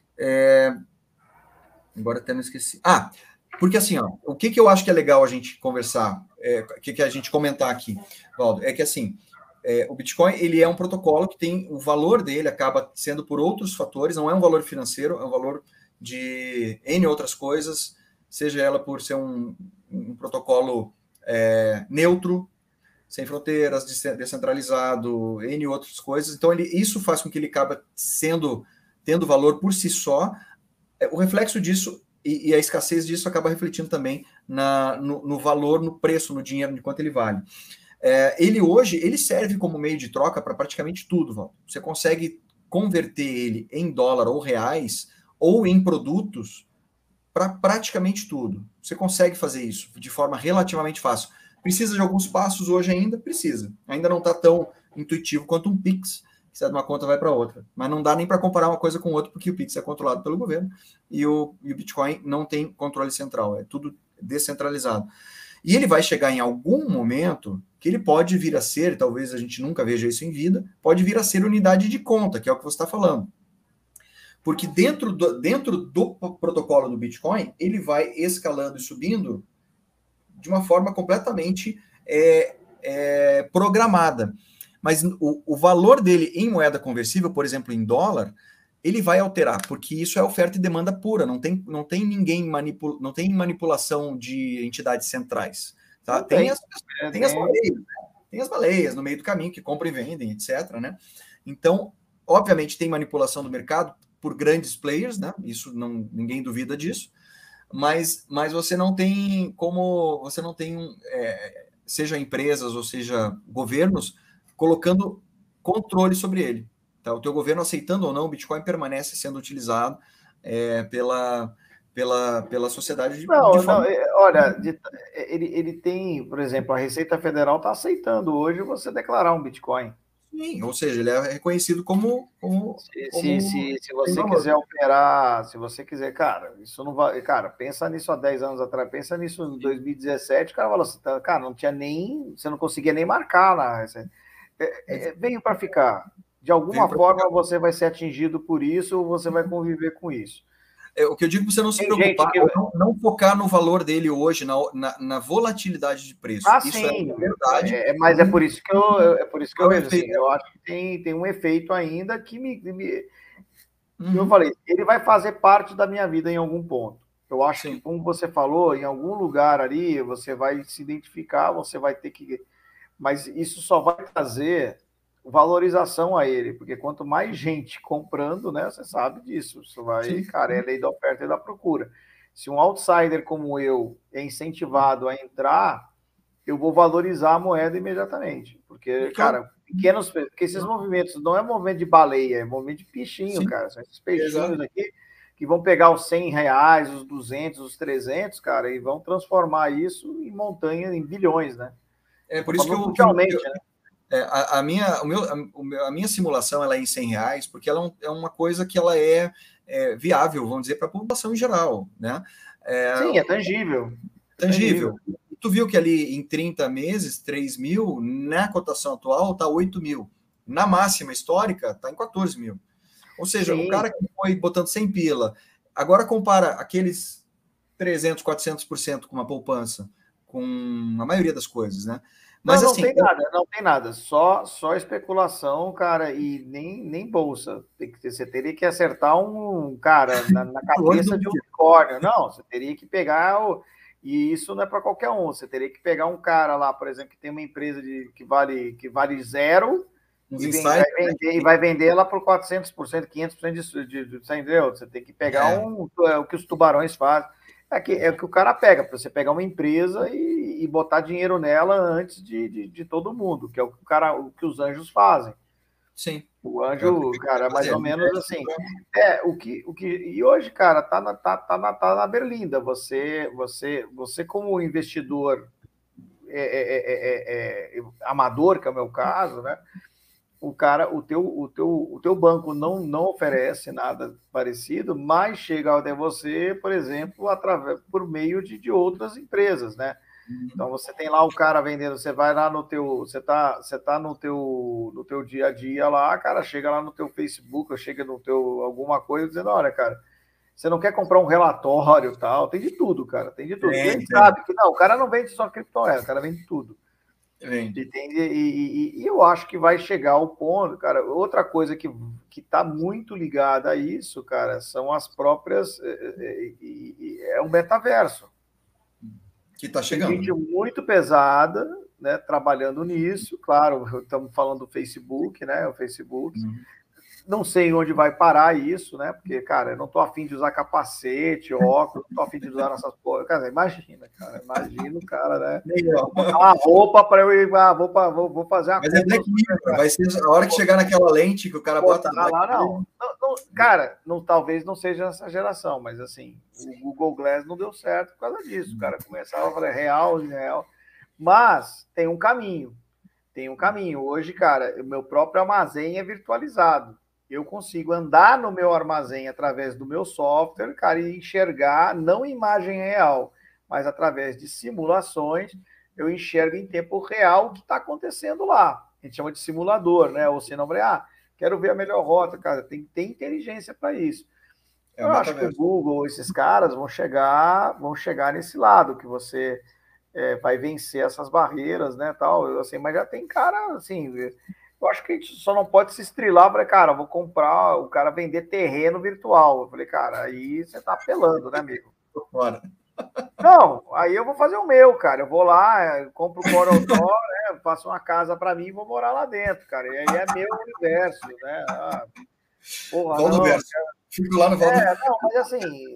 Agora até não esqueci. Porque assim, ó, o que eu acho que é legal a gente conversar, o que a gente comentar aqui, Valdo, é que assim, o Bitcoin, ele é um protocolo que tem, o valor dele acaba sendo por outros fatores, não é um valor financeiro, é um valor de N outras coisas, seja ela por ser um protocolo neutro, sem fronteiras, descentralizado, N outras coisas. Então, isso faz com que ele acabe tendo valor por si só. O reflexo disso e a escassez disso acaba refletindo também no valor, no preço, no dinheiro, de quanto ele vale. Ele hoje, ele serve como meio de troca para praticamente tudo, Val. Você consegue converter ele em dólar ou reais ou em produtos para praticamente tudo. Você consegue fazer isso de forma relativamente fácil. Precisa de alguns passos hoje ainda? Precisa. Ainda não está tão intuitivo quanto um Pix, que sai de uma conta vai para outra. Mas não dá nem para comparar uma coisa com outra, porque o Pix é controlado pelo governo e o Bitcoin não tem controle central, é tudo descentralizado. E ele vai chegar em algum momento que ele pode vir a ser, talvez a gente nunca veja isso em vida, pode vir a ser unidade de conta, que é o que você está falando. Porque dentro do protocolo do Bitcoin, ele vai escalando e subindo de uma forma completamente programada. Mas o valor dele em moeda conversível, por exemplo, em dólar, ele vai alterar, porque isso é oferta e demanda pura, não tem não tem manipulação de entidades centrais. Tá? Tem as baleias, né? Tem as baleias no meio do caminho que compram e vendem, etc. Né? Então, obviamente, tem manipulação do mercado por grandes players, né? Isso ninguém duvida disso, mas você não tem seja empresas ou seja governos colocando controle sobre ele. Tá? O teu governo aceitando ou não, o Bitcoin permanece sendo utilizado pela sociedade de forma...
Olha, ele tem, por exemplo, a Receita Federal está aceitando hoje você declarar um Bitcoin.
Sim, ou seja, ele é reconhecido
Se
tem
você
valor.
quiser operar, se você quiser, cara, isso não vai. Cara, pensa nisso há 10 anos atrás, pensa nisso em 2017, o cara falou assim, cara, não tinha nem. Você não conseguia nem marcar lá. Veio para ficar. De
Veio
alguma
para
forma você vai ser atingido por isso ou você vai conviver com isso.
o que eu digo para você não se
Tem gente
preocupar,
que.
ou não focar no valor dele hoje, na volatilidade de preço.
Ah,
Isso é
sim,
uma verdade.
mas é por isso que eu
Qual é o
vejo assim,
efeito?
eu acho que tem um efeito ainda que eu
Uhum,
falei, ele vai fazer parte da minha vida em algum ponto. Eu acho que,
sim,
como você falou, em algum lugar ali você vai se identificar, você vai ter que. Mas isso só vai trazer valorização a ele, porque quanto mais gente comprando, né, você sabe disso. Isso vai,
sim,
cara, é
sim.
lei da oferta e da procura. Se um outsider como eu é incentivado a entrar, eu vou valorizar a moeda imediatamente. Porque,
Claro.
cara, porque esses movimentos não é movimento de baleia, é movimento de peixinho,
Sim,
cara. São esses
exato.
peixinhos aqui que vão pegar os R$ 100, os 200, os 300, cara, e vão transformar isso em montanha, em bilhões, né?
É
Eu tô
por isso que,
falando mundialmente, né?
a minha simulação ela é em R$ 100, porque ela é uma coisa que ela é viável, vamos dizer, para a população em geral, né? É,
Sim, é tangível. É tangível.
tangível. Tu viu que ali em 30 meses, 3 mil, na cotação atual está 8 mil. Na máxima histórica está em 14 mil. Ou seja, o
Sim.
cara que foi botando 100 pila, agora compara aqueles 300, 400% com uma poupança, com a maioria das coisas, né?
Não,
Mas
não
assim,
tem nada, não tem nada. Só especulação, cara, e nem bolsa. Você teria que acertar um, cara, na
longe do
cabeça de um
objetivo.
unicórnio. Não, você teria que pegar o. E isso não é para qualquer um. Você teria que pegar um cara lá, por exemplo, que tem uma empresa que vale zero
Uns
e
insights,
vai vender ela por 400%, 500% você entendeu? Você tem que pegar
é,
o que os tubarões fazem. É o que o cara pega, para você pegar uma empresa e botar dinheiro nela antes de todo mundo, que é o que os anjos fazem.
sim.
O
É o que
anjo,
tem que
cara, é mais
fazer.
ou menos assim. E hoje, cara, tá na berlinda. Você como investidor amador, que é o meu caso, né? O teu banco não oferece nada parecido, mas chega até você, por exemplo, por meio de outras empresas, né? Então você tem lá o cara vendendo, você vai lá você tá no teu dia a dia lá, cara, chega lá no teu Facebook, ou chega no teu alguma coisa dizendo, olha, cara, você não quer comprar um relatório, tal, tem de tudo, cara, tem de tudo. E a
Tem,
gente
tem.
sabe que não, o cara não vende só criptomoeda, o cara vende tudo.
Tem.
Entende? E eu acho que vai chegar ao ponto, cara. Outra coisa que está muito ligada a isso, cara, são as próprias. É um metaverso.
Que está
Tem
chegando,
gente
né?
muito pesada, né, trabalhando nisso. Claro, estamos falando do Facebook, né? O Facebook.
Uhum.
Não sei onde vai parar isso, né? Porque, cara, eu não tô afim de usar capacete, óculos, não tô afim de usar essas coisas. Cara, imagina, cara, imagina o cara, né?
Legal.
Botar uma roupa para eu ir, vou fazer uma
Mas é
compra no
Black Mirror,
supermercado.
vai ser a hora que chegar naquela lente que o cara bota
Botar
do Black
lá,
Mirror.
não. Cara, talvez não seja essa geração, mas assim, o Google Glass não deu certo por causa disso. O cara começava a falar real, real. Mas tem um caminho. Tem um caminho. Hoje, cara, o meu próprio armazém é virtualizado. Eu consigo andar no meu armazém através do meu software, cara, e enxergar, não imagem real, mas através de simulações, eu enxergo em tempo real o que está acontecendo lá. A gente chama de simulador, né? Ou se não, quero ver a melhor rota, cara. Tem que ter inteligência para isso.
É o
Eu acho que o
metaverso.
Google, esses caras vão chegar nesse lado que você vai vencer essas barreiras, né, tal, assim, mas já tem cara, assim, eu acho que a gente só não pode se estrilar, falei, cara, vou comprar, o cara vender terreno virtual, eu falei, cara, aí você tá apelando, né, amigo?
Tô fora.
Não, aí eu vou fazer o meu, cara, eu vou lá, compro o Corotó, né, faço uma casa para mim e vou morar lá dentro, cara, e aí é meu universo, né, porra, não,
Valdoverso. Fico lá no Valdo.
não, mas assim,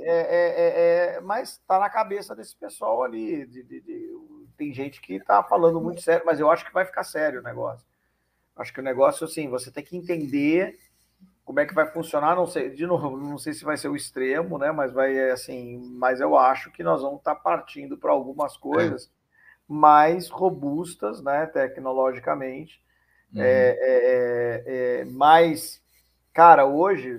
mas tá na cabeça desse pessoal ali. Tem gente que tá falando muito sério, mas eu acho que vai ficar sério o negócio. Acho que o negócio, assim, você tem que entender como é que vai funcionar. Não sei, de novo, não sei se vai ser o extremo, né? Mas vai, assim, mas eu acho que nós vamos estar partindo para algumas
É.
coisas mais robustas, né, tecnologicamente, Mas, cara, hoje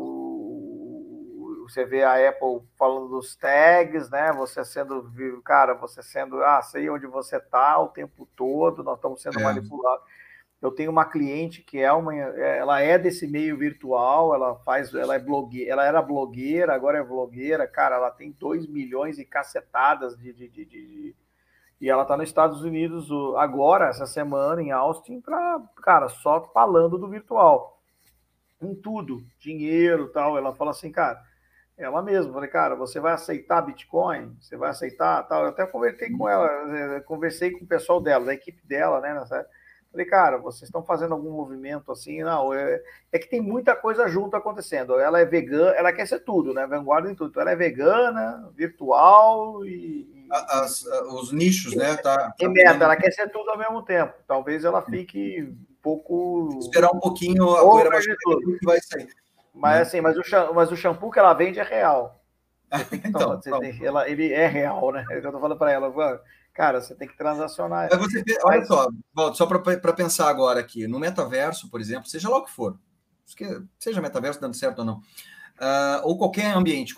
você vê a Apple falando dos tags, né? Você sendo, sei onde você está o tempo todo, nós estamos sendo manipulados. Eu tenho uma cliente que ela é desse meio virtual, ela é blogueira, ela era blogueira, agora é vlogueira, cara, ela tem 2 milhões e cacetadas e ela está nos Estados Unidos agora, essa semana, em Austin, cara, só falando do virtual. Em tudo, dinheiro e tal. Ela fala assim, cara, ela mesma, falei, cara, você vai aceitar Bitcoin? Você vai aceitar tal? Eu até conversei com ela, conversei com o pessoal dela, da equipe dela, né? Falei, cara, vocês estão fazendo algum movimento assim? Não, é que tem muita coisa junto acontecendo. Ela é vegana, ela quer ser tudo, né? Vanguarda em tudo. Então, ela é vegana, virtual
os nichos, né?
E meta, ela quer ser tudo ao mesmo tempo. Talvez ela fique um pouco...
Esperar um pouquinho a poeira baixar que vai sair.
Mas, né? Assim, mas o shampoo que ela vende é real. Ele é real, né? É o que eu tô falando para ela. Cara, você tem que transacionar.
Olha só, Valdo, só para pensar agora aqui, no metaverso, por exemplo, seja lá o que for, seja metaverso dando certo ou não, ou qualquer ambiente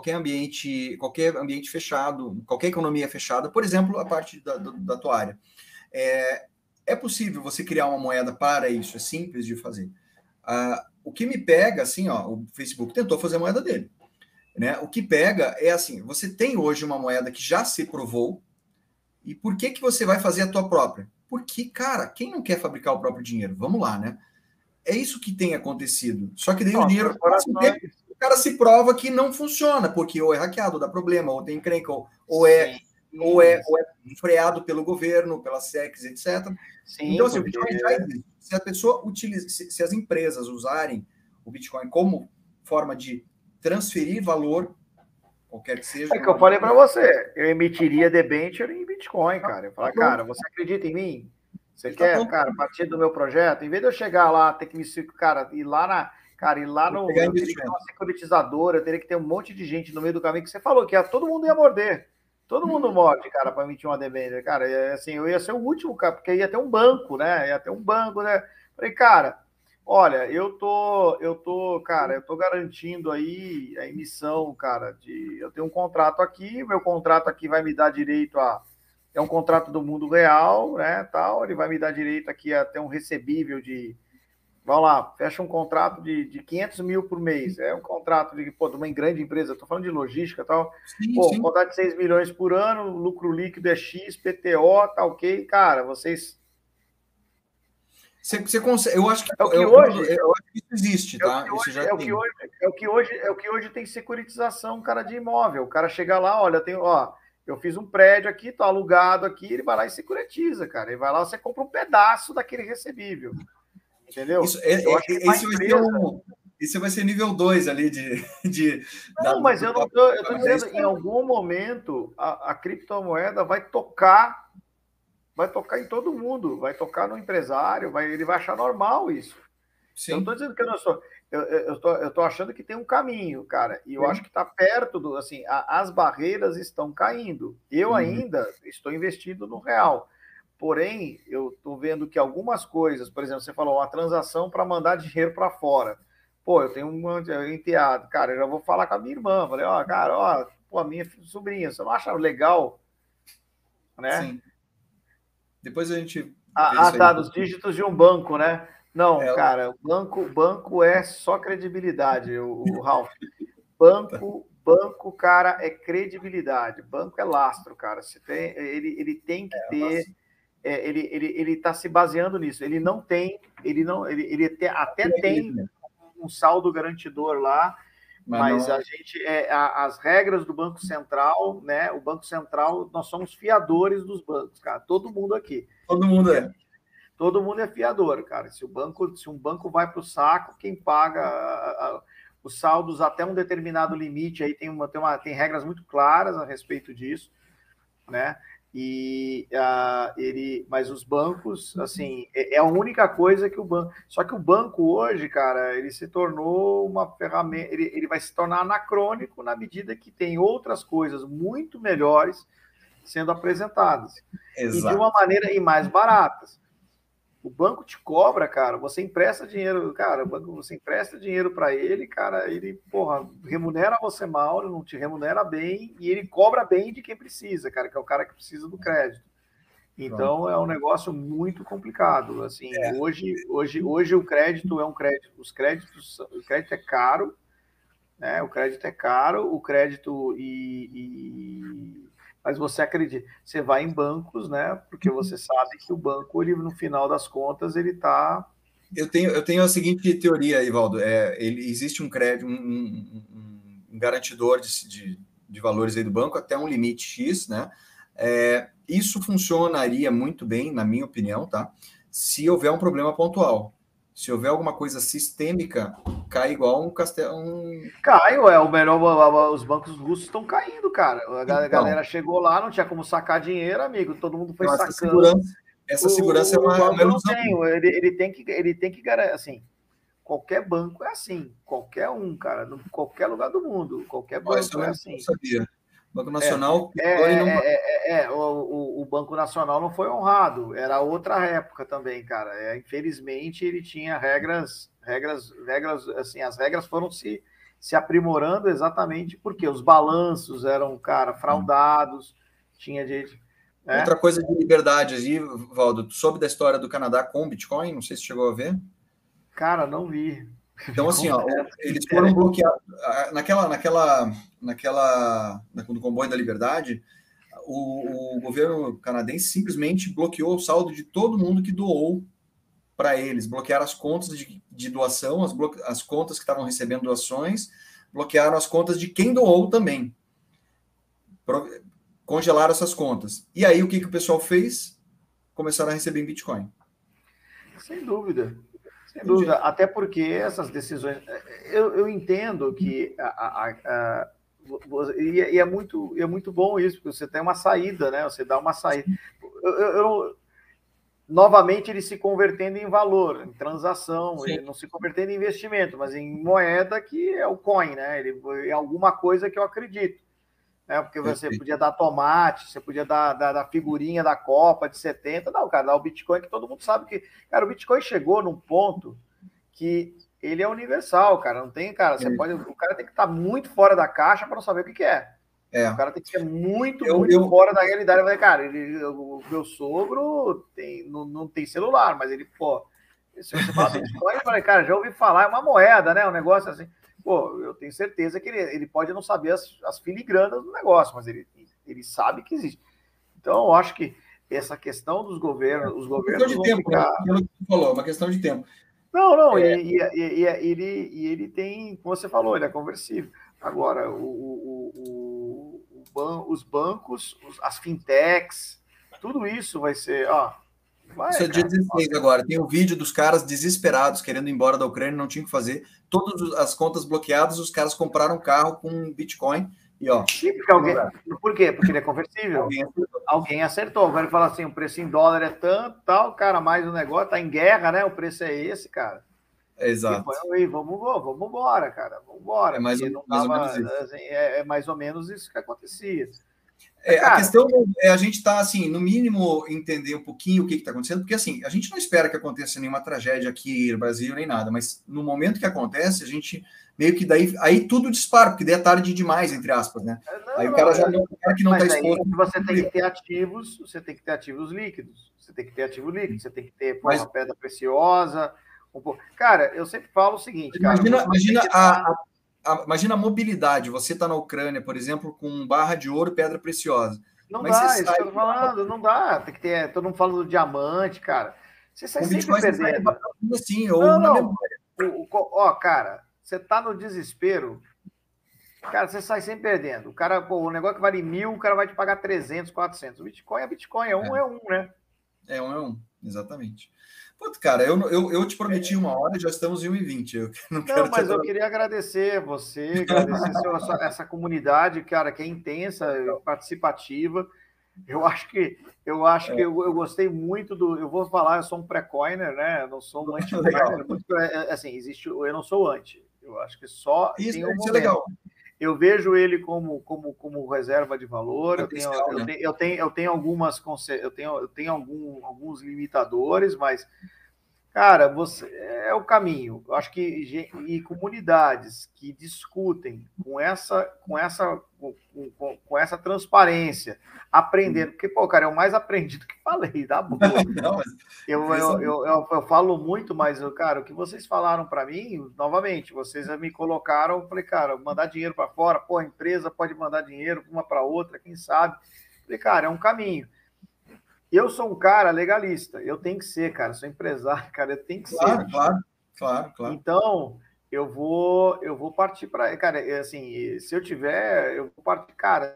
fechado, qualquer economia fechada, por exemplo, a parte da tua área. É possível você criar uma moeda para isso, é simples de fazer. O que me pega, assim, o Facebook tentou fazer a moeda dele. Né? O que pega é assim, você tem hoje uma moeda que já se provou, e por que você vai fazer a tua própria? Porque, cara, quem não quer fabricar o próprio dinheiro? Vamos lá, né? É isso que tem acontecido. Só que daí o dinheiro, o cara se prova que não funciona, porque ou é hackeado, dá problema, ou tem encrenca, ou é freado pelo governo, pelas SECs, etc.
Sim,
então, assim, o Bitcoin já existe. Se a pessoa utiliza, se as empresas usarem o Bitcoin como forma de transferir valor, qualquer que seja.
É que eu falei para você, eu emitiria debenture em Bitcoin, cara. Eu falar, cara, você acredita em mim? Você quer, cara, partir do meu projeto? Em vez de eu chegar lá, ter que ir lá no. Eu teria que ter uma securitizadora, eu teria que ter um monte de gente no meio do caminho que você falou que todo mundo ia morder. Todo mundo morde, cara, para emitir uma debenture. Cara, assim, eu ia ser o último, cara, porque ia ter um banco, né? Ia ter um banco, né? Falei, cara, olha, eu tô garantindo aí a emissão, cara, eu tenho um contrato aqui, meu contrato aqui vai me dar direito é um contrato do mundo real, né, tal, ele vai me dar direito aqui a ter um recebível vamos lá, fecha um contrato de 500 mil por mês, é um contrato de uma grande empresa, estou falando de logística e tal, sim. Um contrato de 6 milhões por ano, lucro líquido é X, PTO, tá ok, cara, vocês...
Você consegue, eu acho que isso existe, tá?
Isso já tem. É o que hoje tem securitização, cara, de imóvel. O cara chega lá, olha, eu fiz um prédio aqui, tá alugado aqui, ele vai lá e securitiza, cara. Ele vai lá, você compra um pedaço daquele recebível. Entendeu?
Isso vai ser nível 2 ali
Não, mas eu não tô, eu tô dizendo, em algum momento a criptomoeda vai tocar em todo mundo, vai tocar no empresário, ele vai achar normal isso. Sim. Eu não estou dizendo que eu não sou. Eu estou achando que tem um caminho, cara, e eu acho que está perto do. Assim, as barreiras estão caindo. Eu ainda estou investindo no real. Porém, eu estou vendo que algumas coisas, por exemplo, você falou uma transação para mandar dinheiro para fora. Pô, eu tenho um enteado, cara, eu já vou falar com a minha irmã. Falei, a minha sobrinha, você não acha legal, né? Sim.
Depois a gente.
Tá, dos dígitos de um banco, né? Não, cara, banco é só credibilidade, o Ralf. Banco, cara, é credibilidade. Banco é lastro, cara. Ele tem que ter. Ele está se baseando nisso. Ele até tem um saldo garantidor lá, mas a gente as regras do Banco Central, né? O Banco Central, nós somos fiadores dos bancos, cara. Todo mundo aqui.
Todo mundo é.
Todo mundo é fiador, cara. Se um banco vai para o saco, quem paga os saldos até um determinado limite, aí tem regras muito claras a respeito disso, né? Mas os bancos, assim, é a única coisa que o banco... Só que o banco hoje, cara, ele se tornou uma ferramenta... Ele vai se tornar anacrônico na medida que tem outras coisas muito melhores sendo apresentadas. Exato. E de uma maneira mais baratas. O banco te cobra, cara, você empresta dinheiro, cara, o banco, você empresta dinheiro para ele, cara, ele, porra, remunera você mal, ele não te remunera bem, e ele cobra bem de quem precisa, cara, que é o cara que precisa do crédito.
Pronto.
Então é um negócio muito complicado. Assim,
É,
hoje o crédito é um crédito, o crédito é caro, né? O crédito é caro, o crédito mas você acredita, você vai em bancos, né? Porque você sabe que o banco, ele, no final das contas, ele está.
eu tenho a seguinte teoria, Ivaldo. Existe um crédito, um garantidor de valores aí do banco até um limite X, né? Isso funcionaria muito bem, na minha opinião, tá? Se houver um problema pontual. Se houver alguma coisa sistêmica, cai igual um castelo.
Caiu, é o melhor. Os bancos russos estão caindo, cara. A
Então,
galera chegou lá, não tinha como sacar dinheiro, amigo. Todo mundo foi
então
sacando.
essa segurança é
O
uma
banco não
ilusão.
tem, ele tem que garantir, assim, qualquer banco é assim, qualquer um, cara, em qualquer lugar do mundo, qualquer
Isso eu
banco é
não
assim.
sabia. O Banco
É,
Nacional pegou e não.
o Banco Nacional não foi honrado, era outra época também, cara. Infelizmente ele tinha regras, assim, as regras foram se aprimorando exatamente porque os balanços eram, cara, fraudados, tinha gente, né?
Outra coisa de liberdade aí, Valdo, tu soube da história do Canadá com o Bitcoin? Não sei se chegou a ver.
Cara, não vi.
Então, assim, ó,
Me
eles foram
interessa.
bloqueados. No comboio da liberdade, o governo canadense simplesmente bloqueou o saldo de todo mundo que doou para eles. Bloquearam as contas de doação, as contas que estavam recebendo doações, bloquearam as contas de quem doou também. Congelaram essas contas. E aí, o que o pessoal fez? Começaram a receber em Bitcoin.
Sem dúvida, sem
Tem
dúvida.
jeito.
Até porque essas decisões. Eu entendo que. E é muito bom isso, porque você tem uma saída, né? Você dá uma saída. Novamente, ele se convertendo em valor, em transação,
Sim.
ele não se convertendo em investimento, mas em moeda que é o coin, né? Ele é alguma coisa que eu acredito. Porque você
Perfeito.
podia dar tomate, você podia dar figurinha da Copa de 70. Não, cara, dá o Bitcoin que todo mundo sabe que. Cara, o Bitcoin chegou num ponto que ele é universal, cara. Não tem, cara, o cara tem que estar muito fora da caixa para não saber o que é. O cara tem que ser muito, muito fora da realidade. Eu falei, cara, o meu sogro não tem celular, mas ele, pô, se você fala Bitcoin, eu falei, cara, já ouvi falar, é uma moeda, né? Um negócio assim. Pô, eu tenho certeza que ele pode não saber as filigranas do negócio, mas ele sabe que existe. Então, eu acho que essa questão dos governos, os governos
Questão de
vão
tempo, né?
ficar.
Aquilo que você falou, uma questão de tempo.
Não, ele tem, como você falou, ele é conversível. Agora, os bancos, as fintechs, tudo isso vai ser.
Isso é dia 16 agora. Tem o vídeo dos caras desesperados, querendo ir embora da Ucrânia, não tinha o que fazer. Todas as contas bloqueadas, os caras compraram um carro com Bitcoin e, ó.
Sim, por quê? Porque ele é conversível. Alguém acertou. Agora ele fala assim: o preço em dólar é tanto, tal, cara, mais o negócio tá em guerra, né? O preço é esse, cara.
Exato.
E vamos embora, cara. Vamos embora.
É mais ou menos isso.
Assim, é mais ou menos isso que acontecia.
A questão é a gente estar, assim, no mínimo, entender um pouquinho o que está acontecendo, porque, assim, a gente não espera que aconteça nenhuma tragédia aqui no Brasil, nem nada, mas no momento que acontece, a gente meio que aí tudo dispara, porque daí é tarde demais, entre aspas, né? Aí o cara já não, o cara que não está exposto.
Você tem que ter ativos, líquidos, você tem que ter ativo líquido, você tem que ter pedra preciosa. Cara, eu sempre falo o seguinte, cara.
Imagina a mobilidade. Você está na Ucrânia, por exemplo, com barra de ouro e pedra preciosa.
Não dá, isso que eu tô falando, não dá. Tem que ter, todo mundo falando do diamante, cara. Você sai sempre perdendo.
Assim, ou na memória.
Cara, você tá no desespero, cara, você sai sempre perdendo. O cara, o negócio que vale 1.000, o cara vai te pagar 300, 400. O Bitcoin é Bitcoin, é um, né?
É um, exatamente. Putz, cara, eu te prometi uma hora, já estamos em 1h20.
Mas eu queria agradecer você, agradecer essa comunidade, cara, que é intensa, participativa. Eu acho que eu gostei muito do. Eu vou falar, eu sou um pré-coiner, né? Eu não sou um anti-coiner. Assim, eu não sou anti. Eu acho que só
isso,
tem um
isso
momento.
é legal.
eu vejo ele como reserva de valor. Eu tenho alguns limitadores, mas cara, é o caminho. Eu acho que comunidades que discutem com essa transparência, aprendendo, porque, pô, cara, é o mais aprendido que falei, tá bom. Não, eu falo muito, mas, cara, o que vocês falaram para mim, novamente, vocês me colocaram, eu falei, cara, mandar dinheiro para fora, pô, a empresa pode mandar dinheiro uma para outra, quem sabe? Eu falei, cara, é um caminho. Eu sou um cara legalista, eu tenho que ser, cara, sou empresário, cara, eu tenho que ser.
Claro.
Então, eu vou partir para, cara, assim, se eu tiver, eu vou partir, cara,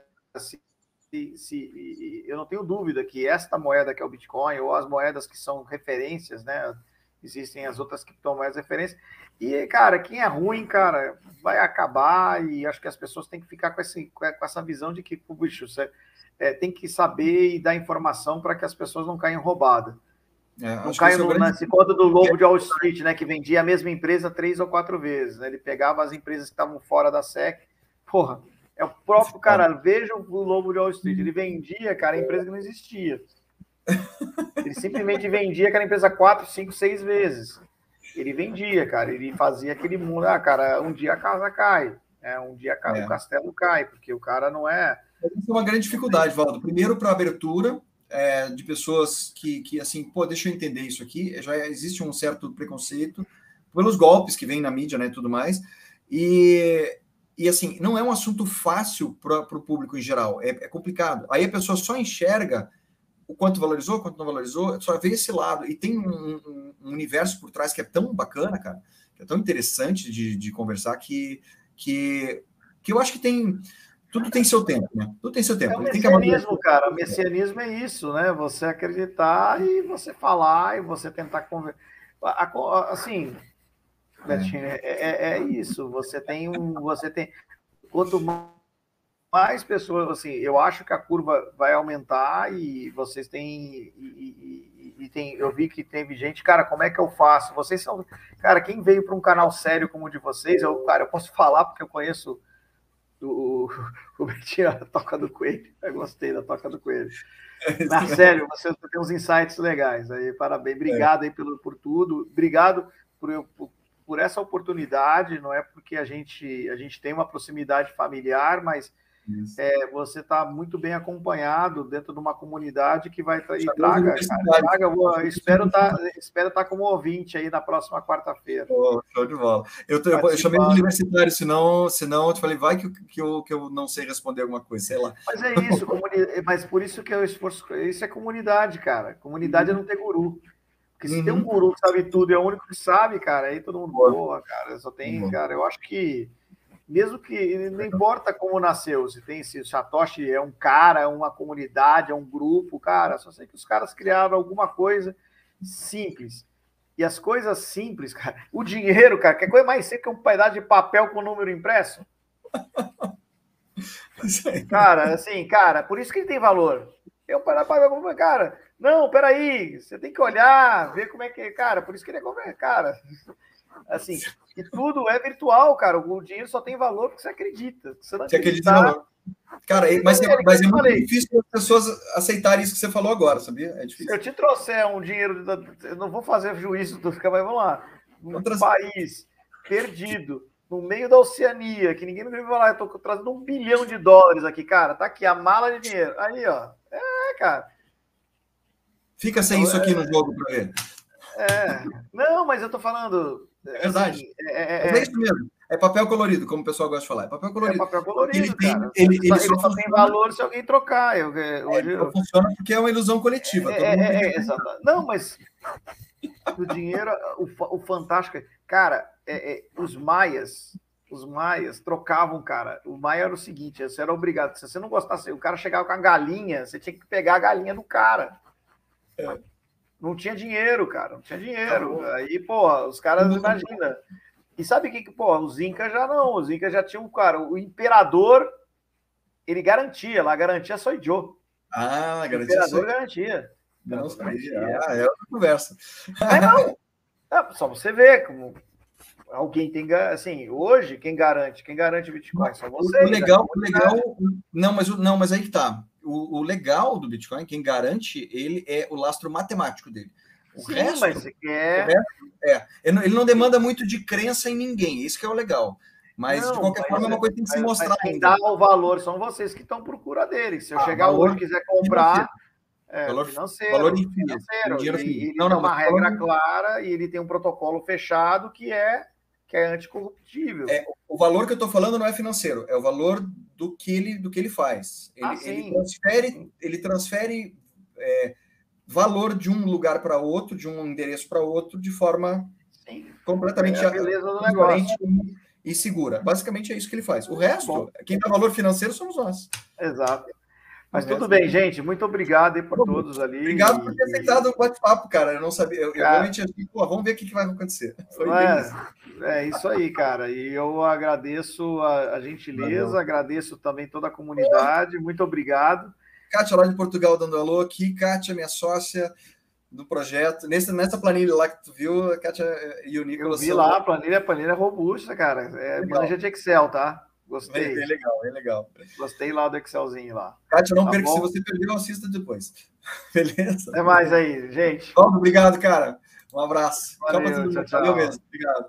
eu não tenho dúvida que esta moeda que é o Bitcoin, ou as moedas que são referências, né, existem as outras criptomoedas referências, e, cara, quem é ruim, cara, vai acabar, e acho que as pessoas têm que ficar com essa visão de que, bicho, tem que saber e dar informação para que as pessoas não caiam roubadas. Não caiam nesse conto do lobo de Wall Street, né, que vendia a mesma empresa 3 ou 4 vezes. Né? Ele pegava as empresas que estavam fora da SEC. Porra, é o próprio cara. Veja o lobo de Wall Street. Ele vendia, cara, a empresa que não existia. Ele simplesmente vendia aquela empresa 4, 5, 6 vezes. Ele vendia, cara. Ele fazia aquele mundo. Ah, cara, um dia a casa cai. Um dia o castelo cai, porque o cara não é...
Isso é uma grande dificuldade, Valdo. Primeiro, para a abertura de pessoas que, assim, pô, deixa eu entender isso aqui. Já existe um certo preconceito pelos golpes que vêm na mídia, né, e tudo mais. E assim, não é um assunto fácil para o público em geral. É complicado. Aí a pessoa só enxerga o quanto valorizou, quanto não valorizou, só vê esse lado. E tem um universo por trás que é tão bacana, cara, que é tão interessante de conversar, que eu acho que tem... Tudo tem seu tempo, né? Tudo tem seu tempo.
É o messianismo, cara. O messianismo é isso, né? Você acreditar e você falar e você tentar conversar. Assim, Betinho, é isso. Você tem. Quanto mais pessoas, assim, eu acho que a curva vai aumentar e vocês têm. Eu vi que teve gente, cara, como é que eu faço? Vocês são. Cara, quem veio para um canal sério como o de vocês, eu posso falar porque eu conheço. O Betinho, a Toca do Coelho. Eu gostei da Toca do Coelho. Mas, sério, você tem uns insights legais. Aí, parabéns. Obrigado aí por tudo. Obrigado por essa oportunidade. Não é porque a gente tem uma proximidade familiar, mas você está muito bem acompanhado dentro de uma comunidade que vai traga. Espero estar como ouvinte aí na próxima quarta-feira.
Show de bola. Eu chamei de universitário, senão eu te falei, vai que eu não sei responder alguma coisa, sei lá.
Mas é isso, mas por isso que é o esforço. Isso é comunidade, cara. Comunidade é não ter guru. Porque se tem um guru que sabe tudo e é o único que sabe, cara, aí todo mundo boa, cara. Só tem, cara, eu acho que mesmo que não importa como nasceu, se o Satoshi é um cara, é uma comunidade, é um grupo, cara, só sei que os caras criaram alguma coisa simples. E as coisas simples, cara, o dinheiro, cara, que é coisa mais simples que um pedaço de papel com número impresso. Cara, assim, cara, por isso que ele tem valor. É um pedaço de papel, cara, não, peraí, você tem que olhar, ver como é que é, cara, por isso que ele é, cara... Assim, e tudo é virtual, cara. O dinheiro só tem valor porque você acredita. Você não acredita
no valor. Cara, mas é muito difícil as pessoas aceitarem isso que você falou agora, sabia? É difícil.
Se eu te trouxer um dinheiro, eu não vou fazer juízo do ficar, mas vamos lá. Um país perdido, no meio da Oceania, que ninguém vai falar, eu tô trazendo $1 bilhão aqui, cara. Tá aqui a mala de dinheiro. Aí, ó. Cara.
Fica sem isso aqui no jogo pra ver.
Não, mas eu tô falando.
É verdade. Assim, é isso mesmo. É papel colorido, como o pessoal gosta de falar. É papel colorido.
É papel colorido,
cara. Ele
só tem valor se alguém trocar.
Ele só funciona porque é uma ilusão coletiva.
Exato. Não, mas o dinheiro, o fantástico... Cara, os maias trocavam, cara. O maia era o seguinte, você era obrigado. Se você não gostasse, o cara chegava com a galinha, você tinha que pegar a galinha do cara. Não tinha dinheiro, cara. Não tinha dinheiro. Aí, pô, os caras, imagina. E sabe o que, pô, os Incas já não. Os Incas já tinham, cara, o imperador, ele garantia. Lá, garantia só Joe.
Ah, garantia.
O imperador garantia.
Não, garantia. É outra conversa.
Mas não. Só você ver como... alguém tem, assim, hoje quem garante o Bitcoin são vocês.
O legal, mas aí que tá. O legal do Bitcoin, quem garante ele é o lastro matemático dele.
Sim, resto, mas você quer...
Ele não demanda muito de crença em ninguém, isso que é o legal. Mas, não, de qualquer forma, é uma coisa que tem que se mostrar.
Mas quem dá o valor são vocês que estão à procura dele. Se eu chegar hoje e quiser comprar...
Valor
financeiro.
Ele
tem uma regra clara e ele tem um protocolo fechado que é anticorruptível.
O valor que eu estou falando não é financeiro, é o valor do que ele faz. Ele transfere valor de um lugar para outro, de um endereço para outro, de forma completamente transparente e segura. Basicamente é isso que ele faz. O resto, quem dá valor financeiro somos nós.
Exato. Mas tudo bem, gente. Muito obrigado aí por todos ali.
Obrigado por ter aceitado o bate-papo, cara. Eu não sabia. Eu realmente achei, vamos ver o que vai acontecer.
Isso aí, cara. E eu agradeço a gentileza, agradeço também toda a comunidade. Muito obrigado.
Kátia, lá de Portugal, dando alô aqui. Kátia, minha sócia do projeto. Nessa planilha lá que tu viu, a Kátia e o Nicolas.
Eu vi lá, a planilha é robusta, cara. Manja de Excel, tá? Gostei.
É legal.
Gostei lá do Excelzinho lá.
Kátia, não perca. Se você perdeu, assista depois. Beleza?
Até mais aí, gente.
Obrigado, cara. Um abraço.
Valeu, tchau.
Valeu mesmo. Obrigado.